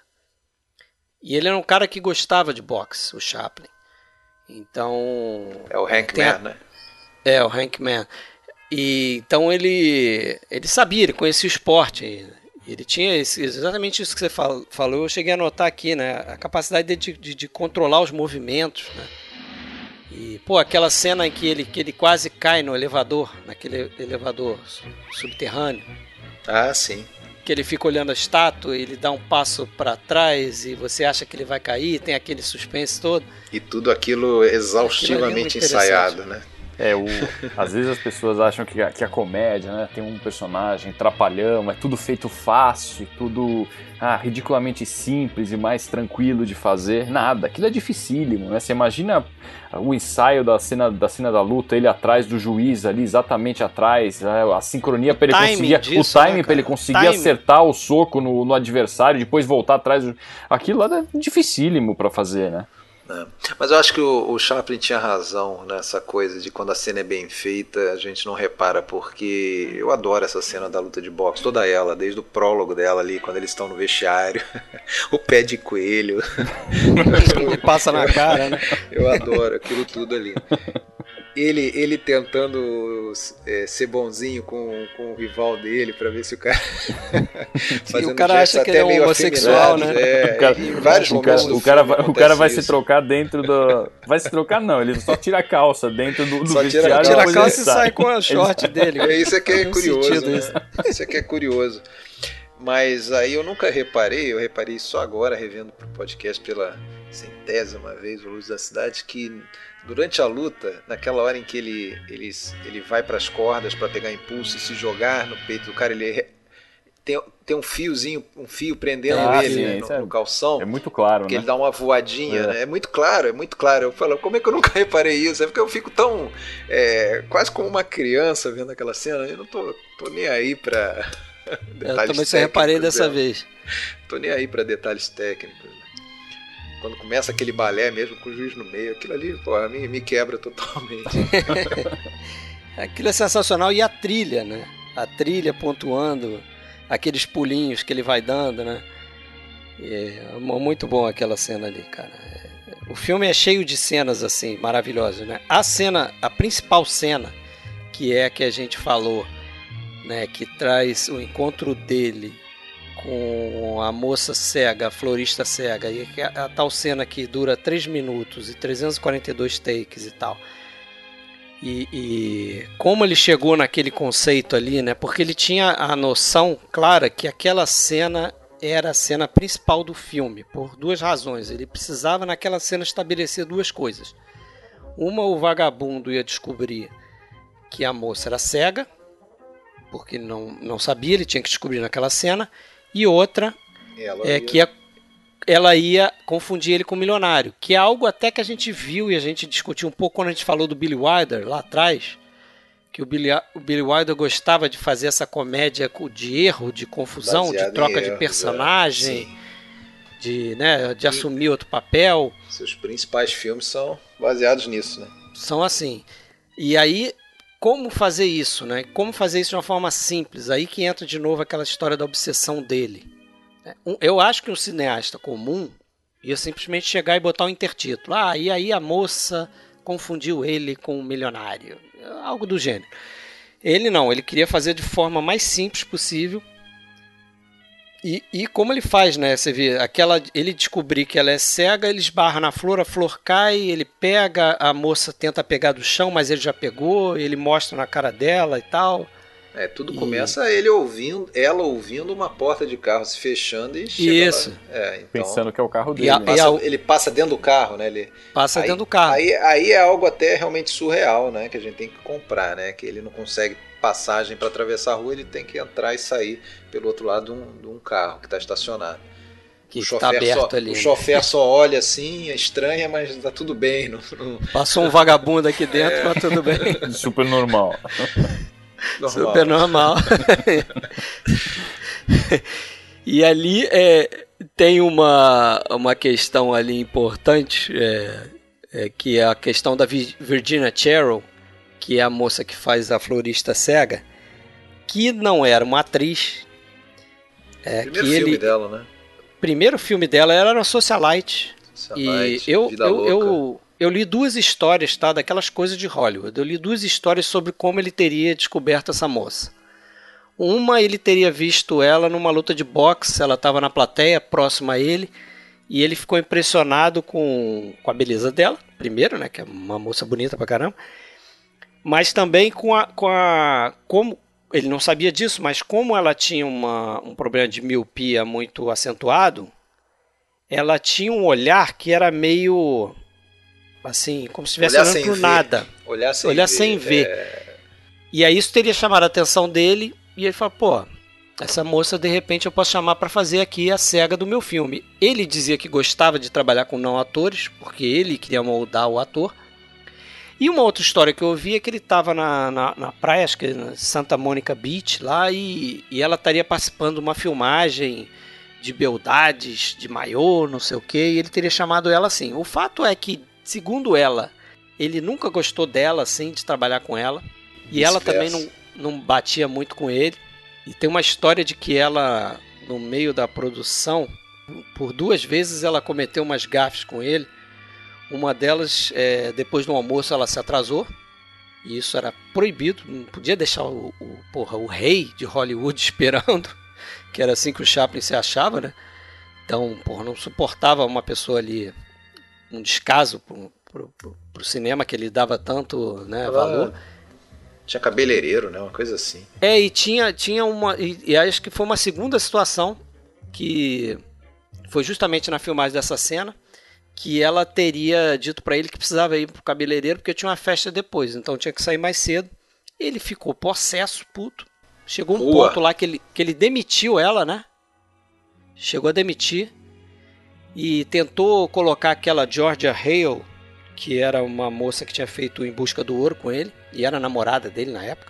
E ele era um cara que gostava de boxe, o Chaplin. Então... É o Hank Man, a... né? É, o Hank Man. E, então ele, ele sabia, ele conhecia o esporte. Ele tinha esse, exatamente isso que você fal, falou, eu cheguei a notar aqui, né? A capacidade de, de, de controlar os movimentos, né? E, pô, aquela cena em que ele, que ele quase cai no elevador, naquele elevador subterrâneo. Ah, sim. Que ele fica olhando a estátua, ele dá um passo para trás e você acha que ele vai cair, tem aquele suspense todo. E tudo aquilo exaustivamente aquilo ensaiado, né? É, o, às vezes as pessoas acham que a, que a comédia, né, tem um personagem trapalhão, é tudo feito fácil, tudo ah, ridiculamente simples e mais tranquilo de fazer. Nada, aquilo é dificílimo, né? Você imagina o ensaio da cena da, cena da luta, ele atrás do juiz ali, exatamente atrás, né, a sincronia para ele conseguir, disso, o timing né, para ele conseguir timing. acertar o soco no, no adversário, depois voltar atrás. Aquilo é dificílimo para fazer, né? É. Mas eu acho que o, o Chaplin tinha razão nessa coisa de quando a cena é bem feita a gente não repara, porque eu adoro essa cena da luta de boxe, toda ela, desde o prólogo dela ali, quando eles estão no vestiário, o pé de coelho ele passa na cara, né? Eu adoro aquilo tudo ali. Ele, ele tentando é, ser bonzinho com, com o rival dele pra ver se o cara. E o cara acha que ele é um homossexual, né? É, o cara, em vários o cara, do o cara, vai, o cara vai isso. se trocar dentro do. Vai se trocar, não, ele só tira a calça dentro do, do só vestiário. Tira a Tira calça e sai com a short dele. É isso aqui é curioso. Né? Isso. isso aqui é curioso. Mas aí eu nunca reparei, eu reparei só agora, revendo o podcast pela centésima vez, o Luz da Cidade, que durante a luta, naquela hora em que ele, ele, ele vai para as cordas para pegar impulso e se jogar no peito do cara, ele tem, tem um fiozinho, um fio prendendo ah, ele sim, né, no, é, no calção. É muito claro, que né? ele dá uma voadinha, é. né? É muito claro, é muito claro. Eu falo, como é que eu nunca reparei isso? É porque eu fico tão, é, quase como uma criança vendo aquela cena, eu não tô, tô nem aí pra... Eu também só reparei dessa dela. vez. Tô nem aí pra detalhes técnicos. Quando começa aquele balé mesmo com o juiz no meio, aquilo ali, pô, me, me quebra totalmente. Aquilo é sensacional. E a trilha, né? A trilha pontuando, aqueles pulinhos que ele vai dando, né? É muito bom aquela cena ali, cara. O filme é cheio de cenas assim, maravilhosas, né? A cena, a principal cena, que é a que a gente falou, né, que traz o encontro dele com a moça cega, a florista cega, e a, a tal cena que dura três minutos e trezentos e quarenta e dois takes e tal. E, e como ele chegou naquele conceito ali, né, porque ele tinha a noção clara que aquela cena era a cena principal do filme, por duas razões. Ele precisava naquela cena estabelecer duas coisas. Uma, o vagabundo ia descobrir que a moça era cega, porque não, não sabia, ele tinha que descobrir naquela cena. E outra ela é ia... que a, ela ia confundir ele com o milionário, que é algo até que a gente viu e a gente discutiu um pouco quando a gente falou do Billy Wilder lá atrás, que o Billy, o Billy Wilder gostava de fazer essa comédia de erro, de confusão, Baseado de troca em de erros, personagem, é. de, né, de assumir outro papel. Seus principais filmes são baseados nisso, né? São assim. E aí... Como fazer isso, né? Como fazer isso de uma forma simples? Aí que entra de novo aquela história da obsessão dele. Eu acho que um cineasta comum ia simplesmente chegar e botar um intertítulo. Ah, e aí a moça confundiu ele com um milionário. Algo do gênero. Ele não, ele queria fazer de forma mais simples possível. E, e como ele faz, né? Você vê, aquela, ele descobrir que ela é cega, ele esbarra na flor, a flor cai, ele pega, a moça tenta pegar do chão, mas ele já pegou, ele mostra na cara dela e tal. É, tudo e... começa ele ouvindo, ela ouvindo uma porta de carro se fechando e chega Isso. Lá. É, então, pensando que é o carro dele. A, né? passa, a... ele passa dentro do carro, né? Ele passa aí, dentro do carro. Aí, aí é algo até realmente surreal, né? Que a gente tem que comprar, né? Que ele não consegue passagem para atravessar a rua, ele tem que entrar e sair pelo outro lado de um, de um carro que está estacionado. Que o está aberto só, ali. O né? chofer só olha assim, é estranha, mas tá tudo bem. Não, não... Passou um vagabundo aqui dentro, é. Mas tudo bem. Super normal. normal. Super normal. E ali é, tem uma, uma questão ali importante, é, é, que é a questão da Virginia Cheryl, que é a moça que faz a florista cega, que não era uma atriz. É, primeiro que filme ele, dela, né? Primeiro filme dela era no Socialite. Socialite, e eu, Vida eu, Louca. eu, eu li duas histórias, tá, daquelas coisas de Hollywood. Eu li duas histórias sobre como ele teria descoberto essa moça. Uma, ele teria visto ela numa luta de boxe, ela estava na plateia, próxima a ele, e ele ficou impressionado com, com a beleza dela, primeiro, né, que é uma moça bonita pra caramba, mas também com a, com a como ele não sabia disso, mas como ela tinha uma, um problema de miopia muito acentuado, ela tinha um olhar que era meio assim, como se estivesse olhando pro nada. Olhar sem olhar ver. Sem ver. É... E aí isso teria chamado a atenção dele, e ele falou, pô, essa moça de repente eu posso chamar para fazer aqui a cega do meu filme. Ele dizia que gostava de trabalhar com não atores, porque ele queria moldar o ator. E uma outra história que eu ouvi é que ele estava na, na, na praia, acho que na Santa Monica Beach, lá, e, e ela estaria participando de uma filmagem de beldades, de maiô, não sei o que, e ele teria chamado ela assim. O fato é que, segundo ela, ele nunca gostou dela, assim, de trabalhar com ela, e ela também não, não batia muito com ele. E tem uma história de que ela, no meio da produção, por duas vezes ela cometeu umas gafes com ele. Uma delas, é, depois do almoço, ela se atrasou E isso era proibido, não podia deixar o, o, porra, o rei de Hollywood esperando, que era assim que o Chaplin se achava, né? Então, porra, não suportava uma pessoa ali, um descaso pro, pro, pro, pro cinema que ele dava tanto, né, valor. Tinha cabeleireiro, né? Uma coisa assim. É, e tinha, tinha uma... E, e acho que foi uma segunda situação que foi justamente na filmagem dessa cena, que ela teria dito pra ele que precisava ir pro cabeleireiro porque tinha uma festa depois, então tinha que sair mais cedo. Ele ficou possesso, puto. Chegou um Ué. ponto lá que ele, que ele demitiu ela, né? Chegou a demitir e tentou colocar aquela Georgia Hale, que era uma moça que tinha feito Em Busca do Ouro com ele, e era namorada dele na época.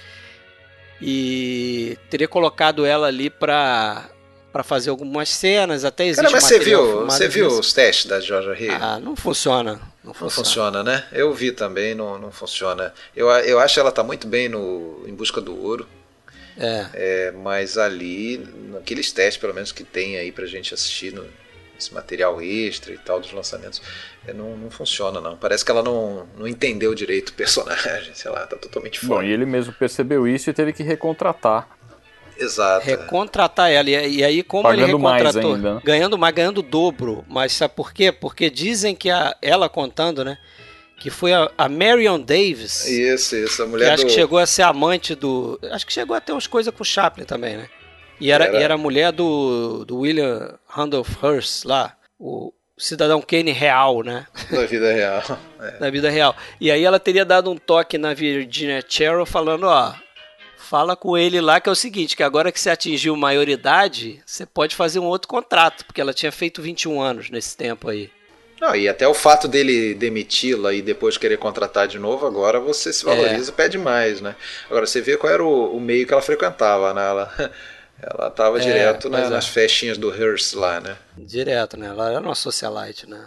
E teria colocado ela ali pra... para fazer algumas cenas, até existe. Cara, mas você material viu, filmado você viu disso. os testes da Georgia Hale? Ah, não funciona. Não funciona. Não funciona, né? Eu vi também, não, não funciona. Eu, eu acho que ela tá muito bem no Em Busca do Ouro. É. É, mas ali, naqueles testes, pelo menos, que tem aí pra gente assistir, no, esse material extra e tal dos lançamentos, é, não, não funciona, não. Parece que ela não, não entendeu direito o personagem, sei lá, tá totalmente fora. Bom, e ele mesmo percebeu isso e teve que recontratar. Exato. Recontratar ela. E, e aí, como Pagando ele recontratou? mais ainda, né? Ganhando mais, ganhando o dobro. Mas sabe por quê? Porque dizem que a, ela contando, né? Que foi a, a Marion Davis. Isso, isso. A Que mulher acho do... que chegou a ser amante do... Acho que chegou a ter umas coisas com o Chaplin também, né? E era, Era. E era a mulher do, do William Randolph Hearst lá. O cidadão Kane real, né? Da vida real. É. Da vida real. E aí ela teria dado um toque na Virginia Cheryl falando, ó... Fala com ele lá que é o seguinte, que agora que você atingiu maioridade, você pode fazer um outro contrato, porque ela tinha feito vinte e um anos nesse tempo aí. Não, e até o fato dele demiti-la e depois querer contratar de novo, agora você se valoriza, É. pede mais, né? Agora, você vê qual era o, o meio que ela frequentava, né? Ela, ela tava É, direto na- pois é. nas festinhas do Hearst lá, né? Direto, né? Ela era uma socialite, né?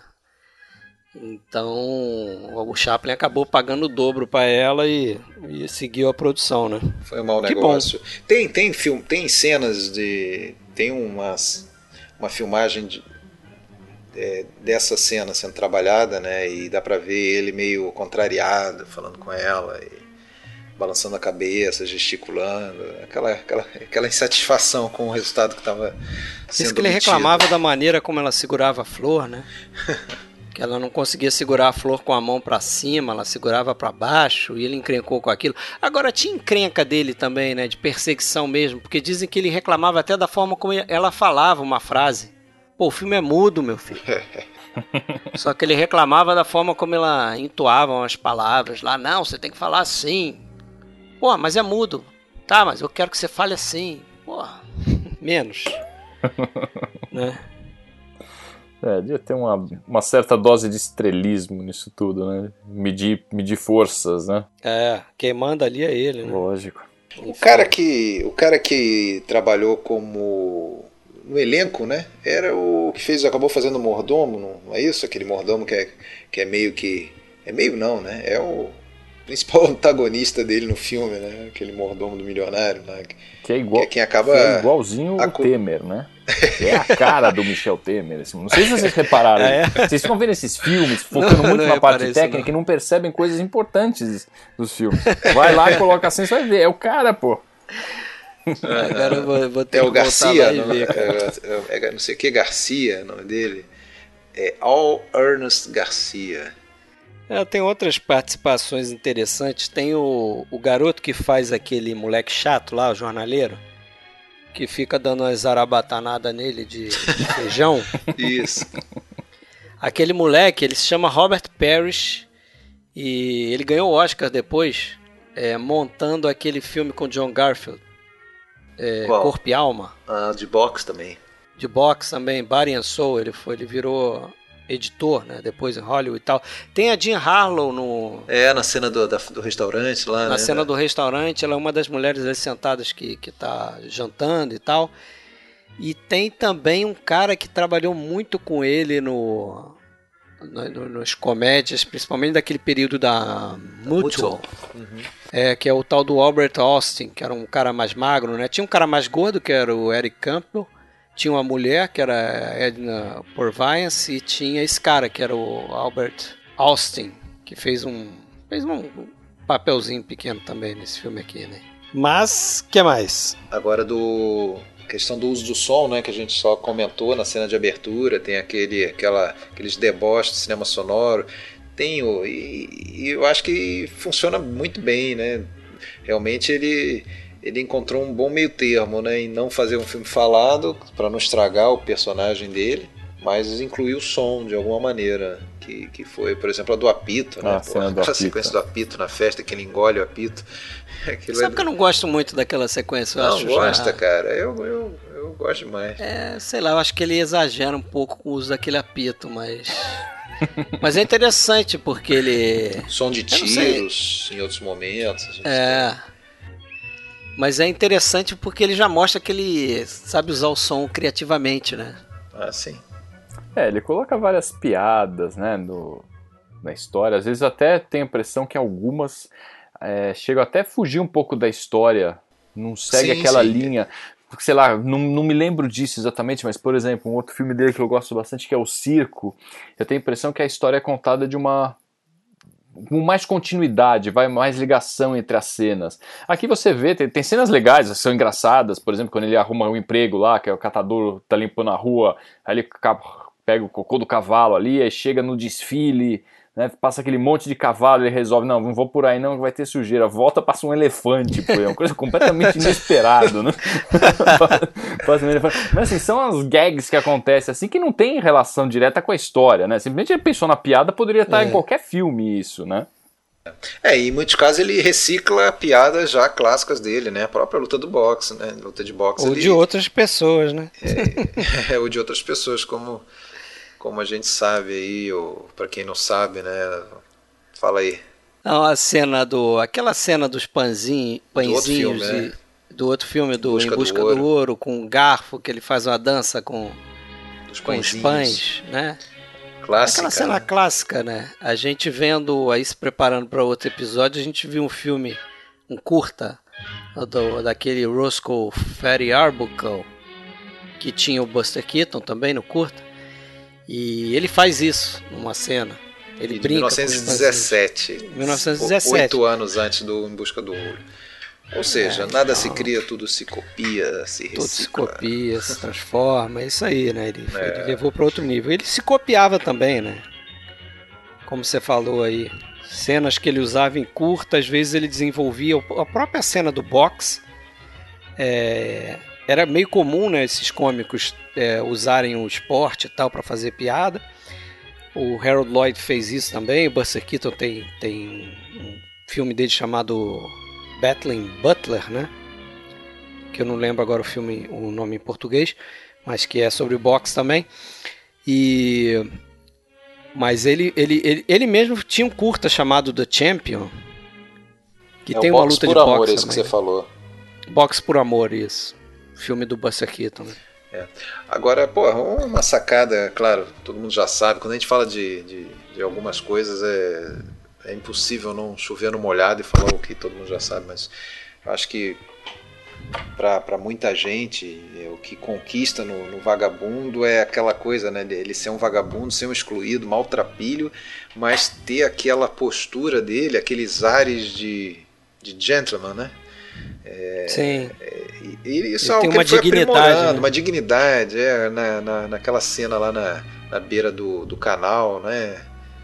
Então, o Chaplin acabou pagando o dobro pra ela e, e seguiu a produção, né? Foi um mau Que negócio. Tem, tem, film, tem cenas de... Tem umas, uma filmagem de, é, dessa cena sendo trabalhada, né? E dá pra ver ele meio contrariado, falando com ela e balançando a cabeça, gesticulando. Aquela, aquela, aquela insatisfação com o resultado que estava sendo Isso que ele obtido. reclamava da maneira como ela segurava a flor, né? Que ela não conseguia segurar a flor com a mão pra cima, ela segurava pra baixo e ele encrencou com aquilo. Agora tinha encrenca dele também, né, de perseguição mesmo, porque dizem que ele reclamava até da forma como ela falava uma frase. Pô, o filme é mudo, meu filho. Só que ele reclamava da forma como ela entoava as palavras lá. Não, você tem que falar assim. Pô, mas é mudo. Tá, mas eu quero que você fale assim. Pô, menos. Né? É, devia ter uma, uma certa dose de estrelismo nisso tudo, né? Medir, medir forças, né? É, quem manda ali é ele, né? Lógico. O cara que, o cara que trabalhou como no elenco, né? Era o que fez, acabou fazendo o mordomo, não, não é isso? Aquele mordomo que é, que é meio que... É meio não, né? É o principal antagonista dele no filme, né? Aquele mordomo do milionário lá. Que é, igual, que é quem acaba... que é igualzinho a... o Temer, né? É a cara do Michel Temer. Assim. Não sei se vocês repararam. É? Vocês ficam vendo esses filmes, focando Não, muito não na parte reparei técnica isso, não. e não percebem coisas importantes dos filmes. Vai lá e coloca assim, você vai ver. É o cara, pô. Agora eu vou, vou ter É que o voltar Garcia, lá e não, ver, cara. é, é, é, não sei o que Garcia, o nome dele. É All Ernest Garcia. É, tem outras participações interessantes. Tem o, o garoto que faz aquele moleque chato lá, o jornaleiro, que fica dando uma zarabatanadas nele de, de feijão. Isso. Aquele moleque, ele se chama Robert Parrish e ele ganhou o Oscar depois, é, montando aquele filme com John Garfield, é, Qual? Corpo e Alma, Ah, de boxe também. de boxe também, Body and Soul, ele, foi, ele virou editor, né, depois em Hollywood e tal. Tem a Jean Harlow no... É, na cena do, da, do restaurante lá, Na né? cena da... do restaurante, ela é uma das mulheres ali sentadas que, que tá jantando e tal. E tem também um cara que trabalhou muito com ele no, no, no nas comédias, principalmente daquele período da Mutual, Uhum. é, que é o tal do Albert Austin, que era um cara mais magro, né? Tinha um cara mais gordo, que era o Eric Campbell. Tinha uma mulher, que era a Edna Purviance, e tinha esse cara, que era o Albert Austin, que fez um... Fez um papelzinho pequeno também nesse filme aqui, né? Mas, o que mais? Agora do... questão do uso do som, né, que a gente só comentou na cena de abertura, tem aquele, aquela, aqueles deboches de cinema sonoro, tem o, e, e eu acho que funciona muito bem, né? Realmente ele, ele encontrou um bom meio termo, né, em não fazer um filme falado para não estragar o personagem dele, mas incluir o som de alguma maneira, que, que foi, por exemplo, a do apito, né? Ah, Pô, do aquela apito. sequência do apito na festa, que ele engole o apito. Aquilo Sabe é... que eu não gosto muito daquela sequência, eu Não acho gosta, já... cara, eu, eu, eu gosto demais. É, sei lá, eu acho que ele exagera um pouco com o uso daquele apito, mas... mas é interessante porque ele... Som de tiros em outros momentos. A gente É... tem. Mas é interessante porque ele já mostra que ele sabe usar o som criativamente, né? Ah, sim. É, ele coloca várias piadas, né, no, na história. Às vezes até tenho a impressão que algumas é, chegam até a fugir um pouco da história. Não segue Sim, aquela sim. linha. Sei lá, não, não me lembro disso exatamente, mas, por exemplo, um outro filme dele que eu gosto bastante, que é O Circo, eu tenho a impressão que a história é contada de uma... com mais continuidade, vai mais ligação entre as cenas. Aqui você vê, tem, tem cenas legais, são engraçadas, por exemplo, quando ele arruma um emprego lá, que é o catador tá limpando a rua, aí ele pega o cocô do cavalo ali, aí chega no desfile, né, passa aquele monte de cavalo, ele resolve, não, não vou por aí não, que vai ter sujeira, volta, passa um elefante, pô, é uma coisa completamente inesperada, né? Passa um elefante. Mas assim, são as gags que acontecem assim, que não tem relação direta com a história, né, simplesmente ele pensou na piada, poderia estar É. em qualquer filme isso, né? É, e em muitos casos ele recicla piadas já clásicas dele, né? A própria luta do boxe, né? Luta de boxe. Ou ele... de outras pessoas, né? É, ou de outras pessoas, como, como a gente sabe aí, ou pra quem não sabe, né? Fala aí. Não, a cena do... aquela cena dos panzinhos, pãezinhos filme, de- né? do outro filme, do Busca Em do Busca do Ouro. Ouro, com um garfo, que ele faz uma dança com, Dos com os pãezinhos. pães, né? Clássica. Aquela cena né? clássica, né? A gente vendo, aí se preparando para outro episódio, a gente viu um filme, um curta, do, daquele Roscoe Fatty Arbuckle, que tinha o Buster Keaton também no curta, e ele faz isso numa cena. Ele de brinca mil novecentos e dezessete. com os mil novecentos e dezessete. Oito anos antes do Em Busca do Ouro. Ou seja, É, nada então, se cria, tudo se copia, se recicla. Tudo se copia, se transforma, é isso aí, né? Ele, É. ele levou para outro nível. Ele se copiava também, né? Como você falou aí, cenas que ele usava em curta, às vezes ele desenvolvia a própria cena do boxe. É, era meio comum, né, esses cômicos é, usarem o esporte e tal para fazer piada. O Harold Lloyd fez isso também. O Buster Keaton tem, tem um filme dele chamado Battling Butler, né? Que eu não lembro agora o filme, o nome em português, mas que é sobre boxe também. E mas ele, ele, ele, ele mesmo tinha um curta chamado The Champion, que É tem o uma Boxe luta por de Amor, boxe esse que também. você falou. Boxe por Amor, isso. Filme do Buster Keaton. Né? É. Agora, pô, uma sacada, claro, todo mundo já sabe, quando a gente fala de, de, de algumas coisas é, é impossível não chover no molhado e falar o que todo mundo já sabe, mas eu acho que para muita gente é, o que conquista no, no vagabundo é aquela coisa, né, ele ser um vagabundo, ser um excluído, maltrapilho, mas ter aquela postura dele, aqueles ares de, de gentleman, né? É, Sim. E, e isso Ele é tem algo que uma ele foi dignidade, aprimorando, né? uma dignidade, é, na, na, naquela cena lá na, na beira do, do canal, né?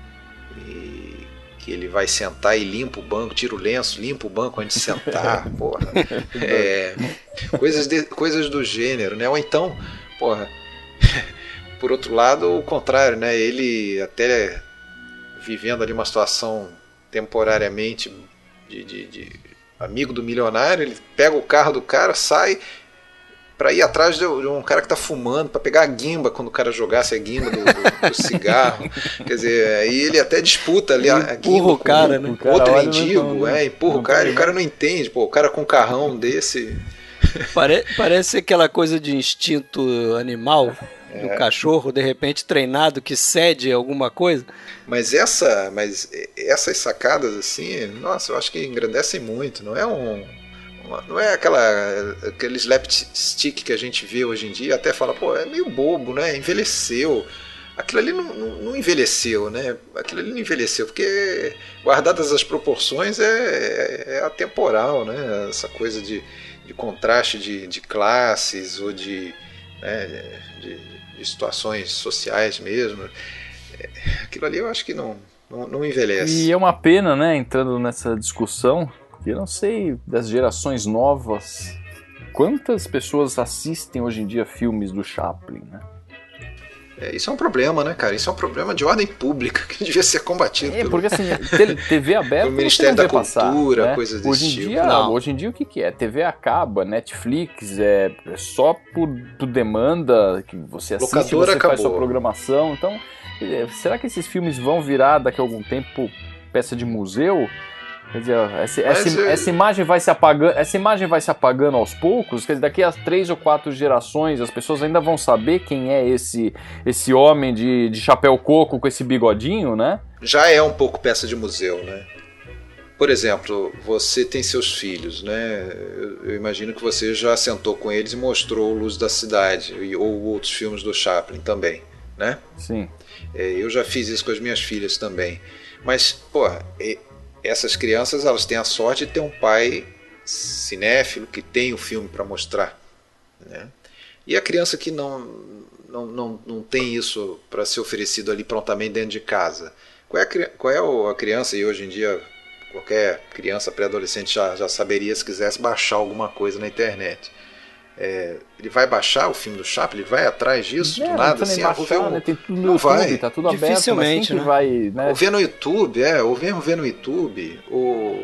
E que ele vai sentar e limpa o banco, tira o lenço, limpa o banco antes de sentar, porra. É, coisas, de, coisas do gênero, né? Ou então, porra, por outro lado, o contrário, né? Ele até vivendo ali uma situação temporariamente de, de, de amigo do milionário, ele pega o carro do cara, sai para ir atrás de um cara que tá fumando, para pegar a guimba quando o cara jogasse a guimba do, do, do cigarro. Quer dizer, aí ele até disputa ali a, a guimba Empurra o cara, com né? O cara outro olha, mendigo, não- não- é, empurra não o cara tem, e o cara não entende, pô, o cara com um carrão desse. Pare, parece aquela coisa de instinto animal do cachorro, de repente treinado, que cede alguma coisa. Mas essa, mas essas sacadas assim, nossa, eu acho que engrandecem muito. Não é um, uma, não é aquela aquele slapstick que a gente vê hoje em dia. Até fala, pô, é meio bobo, né? Envelheceu. aquilo ali não, não, não envelheceu, né? Aquilo ali não envelheceu, porque guardadas as proporções é, é atemporal, né? Essa coisa de, de contraste de, de classes ou de, né, de, de situações sociais mesmo. Aquilo ali eu acho que não, não, não envelhece. E é uma pena, né, entrando nessa discussão, que eu não sei das gerações novas, quantas pessoas assistem hoje em dia filmes do Chaplin, né? É, isso é um problema, né, cara? Isso é um problema de ordem pública que devia ser combatido. É, pelo... porque assim, T V aberta pelo Ministério da Cultura, passar, né? coisas desse hoje em tipo. Dia, não. Hoje em dia o que, que é? T V acaba, Netflix, é, é só por, por demanda que você assiste, Locadora você acabou. faz sua programação. Então, é, será que esses filmes vão virar daqui a algum tempo peça de museu? Quer dizer, essa, essa, é... essa imagem vai se apagando, essa imagem vai se apagando aos poucos. Quer dizer, daqui a três ou quatro gerações as pessoas ainda vão saber quem é esse, esse homem de, de chapéu coco com esse bigodinho, né? Já é um pouco peça de museu, né? Por exemplo, você tem seus filhos, né? Eu, eu imagino que você já sentou com eles e mostrou Luz da Cidade ou outros filmes do Chaplin também, né? Sim. É, eu já fiz isso com as minhas filhas também. Mas, pô, é, essas crianças, elas têm a sorte de ter um pai cinéfilo que tem o filme para mostrar, né? E a criança que não, não, não, não tem isso para ser oferecido ali prontamente dentro de casa, qual é a, qual é a criança, e hoje em dia qualquer criança pré-adolescente já, já saberia se quisesse baixar alguma coisa na internet. É, ele vai baixar o filme do Chaplin? Ele vai atrás disso? É, do nada? Assim, baixar, ah, ver um... né? Tem tudo no não YouTube, vai. tá tudo aberto, Dificilmente, mas quem né? que vai, né? Ou ver no YouTube, é, ou mesmo ver no YouTube, ou...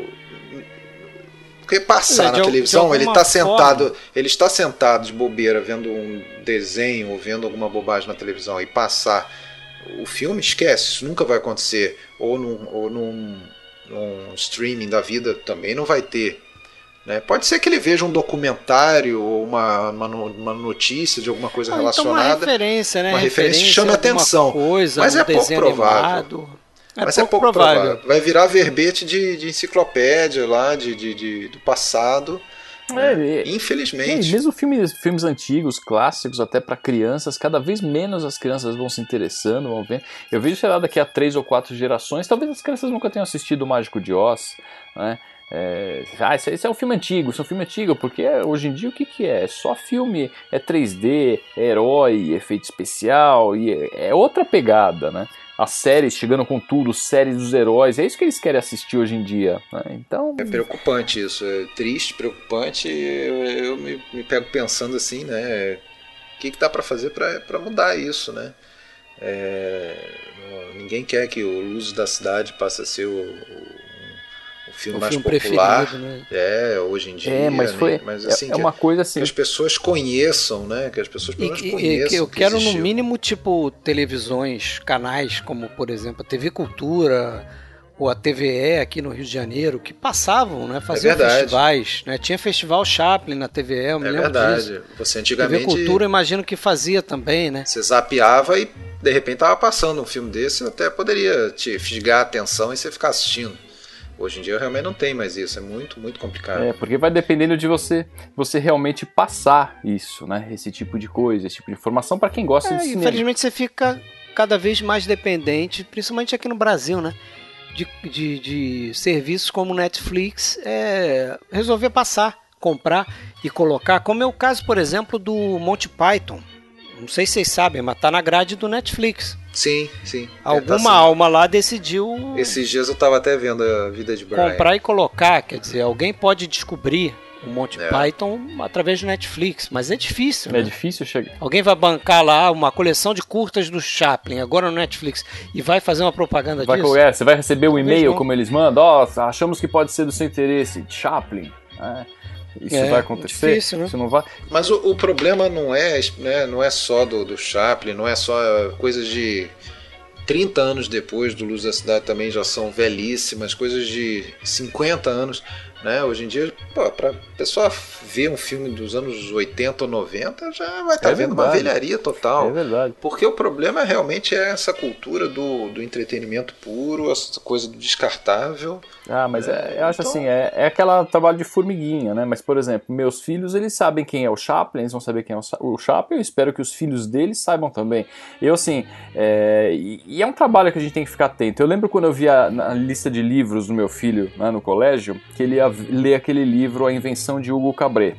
Porque passar É, de, na televisão, de ele está forma... sentado, ele está sentado de bobeira vendo um desenho ou vendo alguma bobagem na televisão e passar o filme, esquece, isso nunca vai acontecer. Ou num, ou num, num streaming da vida também não vai ter. Né? Pode ser que ele veja um documentário ou uma, uma, uma notícia de alguma coisa ah, relacionada. Então uma referência, né? Uma referência que referência chama atenção. Coisa, mas um é pouco provável. Animado. É Mas pouco é pouco provável. provável. Vai virar verbete de, de enciclopédia lá, de, de, de, do passado. É, né? e, Infelizmente. E mesmo filmes, filmes antigos, clássicos, até para crianças, cada vez menos as crianças vão se interessando, vão ver. Eu vejo, sei lá, daqui a três ou quatro gerações, talvez as crianças nunca tenham assistido o Mágico de Oz, né? É, ah, esse, esse é um filme antigo, esse é um filme antigo, porque hoje em dia o que, que é? É só filme, é três D, é herói, efeito especial, e é, é outra pegada, né? As séries chegando com tudo, séries dos heróis, é isso que eles querem assistir hoje em dia, né? Então... É preocupante isso, é triste, preocupante, eu, eu me, me pego pensando assim, né? O que, que dá para fazer para mudar isso, né? É, ninguém quer que o Luz da Cidade passe a ser o, o o filme o mais filme popular, né? é, hoje em dia, é, mas foi, né? Mas, assim, é uma que, coisa assim que as pessoas conheçam, né? Que as pessoas pelo menos e, conheçam. E, que eu que quero existiu. no mínimo tipo televisões, canais como por exemplo a T V Cultura ou a T V E aqui no Rio de Janeiro que passavam, né? Faziam é verdade. festivais, né? Tinha festival Chaplin na T V E, eu me é lembro verdade. disso. Você antigamente T V Cultura imagino que fazia também, né? Você zapeava e de repente tava passando um filme desse, até poderia te fisgar a atenção e você ficar assistindo. Hoje em dia realmente não tem mais isso, é muito, muito complicado. É, porque vai dependendo de você, você realmente passar isso, né? Esse tipo de coisa, esse tipo de informação para quem gosta é, de cinema. Infelizmente você fica cada vez mais dependente, principalmente aqui no Brasil, né? De, de, de serviços como Netflix, é, resolver passar, comprar e colocar, como é o caso, por exemplo, do Monty Python. Não sei se vocês sabem, mas tá na grade do Netflix. Sim, sim. Alguma é, tá alma lá decidiu... Esses dias eu tava até vendo a vida de Brian. Comprar e colocar, quer dizer, alguém pode descobrir o Monty é. Python através do Netflix, mas é difícil, né? É difícil chegar. Alguém vai bancar lá uma coleção de curtas do Chaplin, agora no Netflix, e vai fazer uma propaganda vai, disso? é, você vai receber um e-mail não. como eles mandam, ó, oh, achamos que pode ser do seu interesse, Chaplin, né? Isso é, vai acontecer? Difícil, né? Isso não vai... Mas o, o problema não é, né, não é só do, do Chaplin, não é só coisas de trinta anos depois do Luz da Cidade também já são velhíssimas, coisas de cinquenta anos. né? Hoje em dia, pô, pra pessoa ver um filme dos anos oitenta ou noventa, já vai estar É vendo uma verdade. velharia total. É verdade. Porque o problema realmente é essa cultura do, do entretenimento puro, essa coisa do descartável. Ah, mas é, eu acho então- assim, é, é aquela trabalho de formiguinha, né? Mas, por exemplo, meus filhos, eles sabem quem é o Chaplin, eles vão saber quem é o Sa- o Chaplin, eu espero que os filhos deles saibam também. Eu, assim, é, e, e é um trabalho que a gente tem que ficar atento. Eu lembro quando eu via na lista de livros do meu filho, né, no colégio, que ele ia ler aquele livro A Invenção de Hugo Cabret.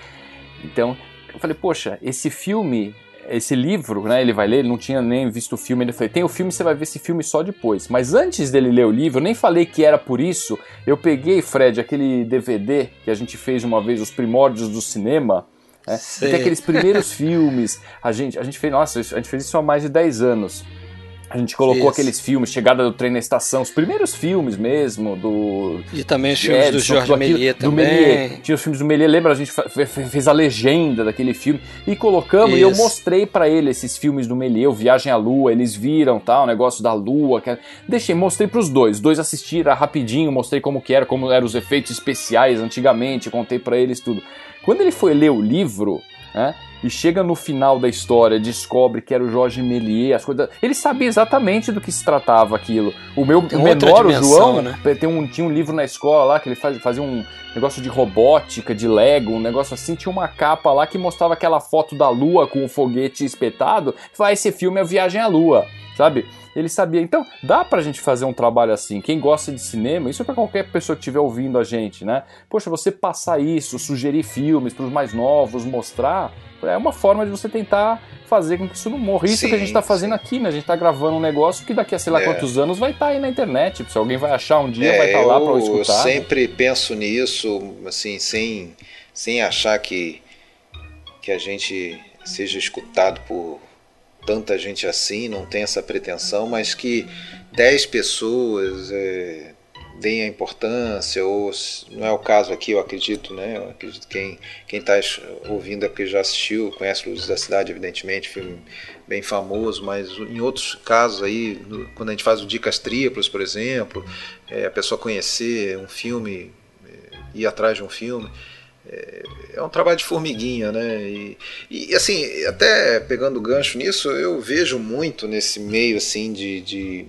Então, eu falei, poxa, esse filme, esse livro, né, ele vai ler, ele não tinha nem visto o filme, ele falou, tem o filme, você vai ver esse filme só depois. Mas antes dele ler o livro, eu nem falei que era por isso, eu peguei, Fred, aquele D V D que a gente fez uma vez, Os Primórdios do Cinema, né, e tem aqueles primeiros filmes, a gente, a gente fez, nossa, a gente fez isso há mais de dez anos. A gente colocou Isso. aqueles filmes, Chegada do Trem na Estação, os primeiros filmes mesmo, do... E também os de filmes do Edison, Jorge tudo aquilo, Méliès do também. Méliès. Tinha os filmes do Méliès, lembra? A gente fa- fe- fez a legenda daquele filme e colocamos, e eu Isso. mostrei pra ele esses filmes do Méliès, o Viagem à Lua, eles viram, tal, o negócio da Lua. Que... Deixei, mostrei pros dois. Os dois assistiram rapidinho, mostrei como que era, como eram os efeitos especiais antigamente, contei pra eles tudo. Quando ele foi ler o livro, né, e chega no final da história, descobre que era o Jorge Méliès, as coisas. Ele sabia exatamente do que se tratava aquilo. O meu Tem o outra menor, o dimensão, João, né? tem um, tinha um livro na escola lá que ele faz, fazia um negócio de robótica, de Lego, um negócio assim. Tinha uma capa lá que mostrava aquela foto da Lua com o foguete espetado. Fala, esse filme é Viagem à Lua, sabe? Ele sabia. Então, dá pra gente fazer um trabalho assim. Quem gosta de cinema, isso é pra qualquer pessoa que estiver ouvindo a gente, né? Poxa, você passar isso, sugerir filmes pros mais novos, mostrar, é uma forma de você tentar fazer com que isso não morra. Isso Sim, que a gente tá fazendo sim. aqui, né? A gente tá gravando um negócio que daqui a sei lá É. quantos anos vai estar aí na internet. Se alguém vai achar um dia, É, vai estar lá pra eu, escutar. eu né? sempre penso nisso, assim, sem, sem achar que, que a gente seja escutado por tanta gente assim, não tem essa pretensão, mas que dez pessoas é, deem a importância, ou não é o caso aqui, eu acredito, né? Eu acredito que quem está ouvindo é porque já assistiu, conhece Luzes da Cidade, evidentemente, filme bem famoso, mas em outros casos aí, no, quando a gente faz o Dicas Triplas, por exemplo, é, a pessoa conhecer um filme, é, ir atrás de um filme, é, é um trabalho de formiguinha, né? E, e assim, até pegando o gancho nisso, eu vejo muito nesse meio assim de, de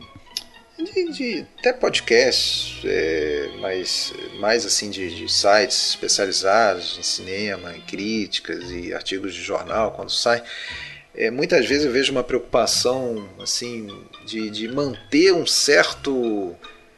De, de até podcasts, é, mas mais assim de, de sites especializados em cinema, em críticas e artigos de jornal quando sai. É, muitas vezes eu vejo uma preocupação assim de, de manter um certo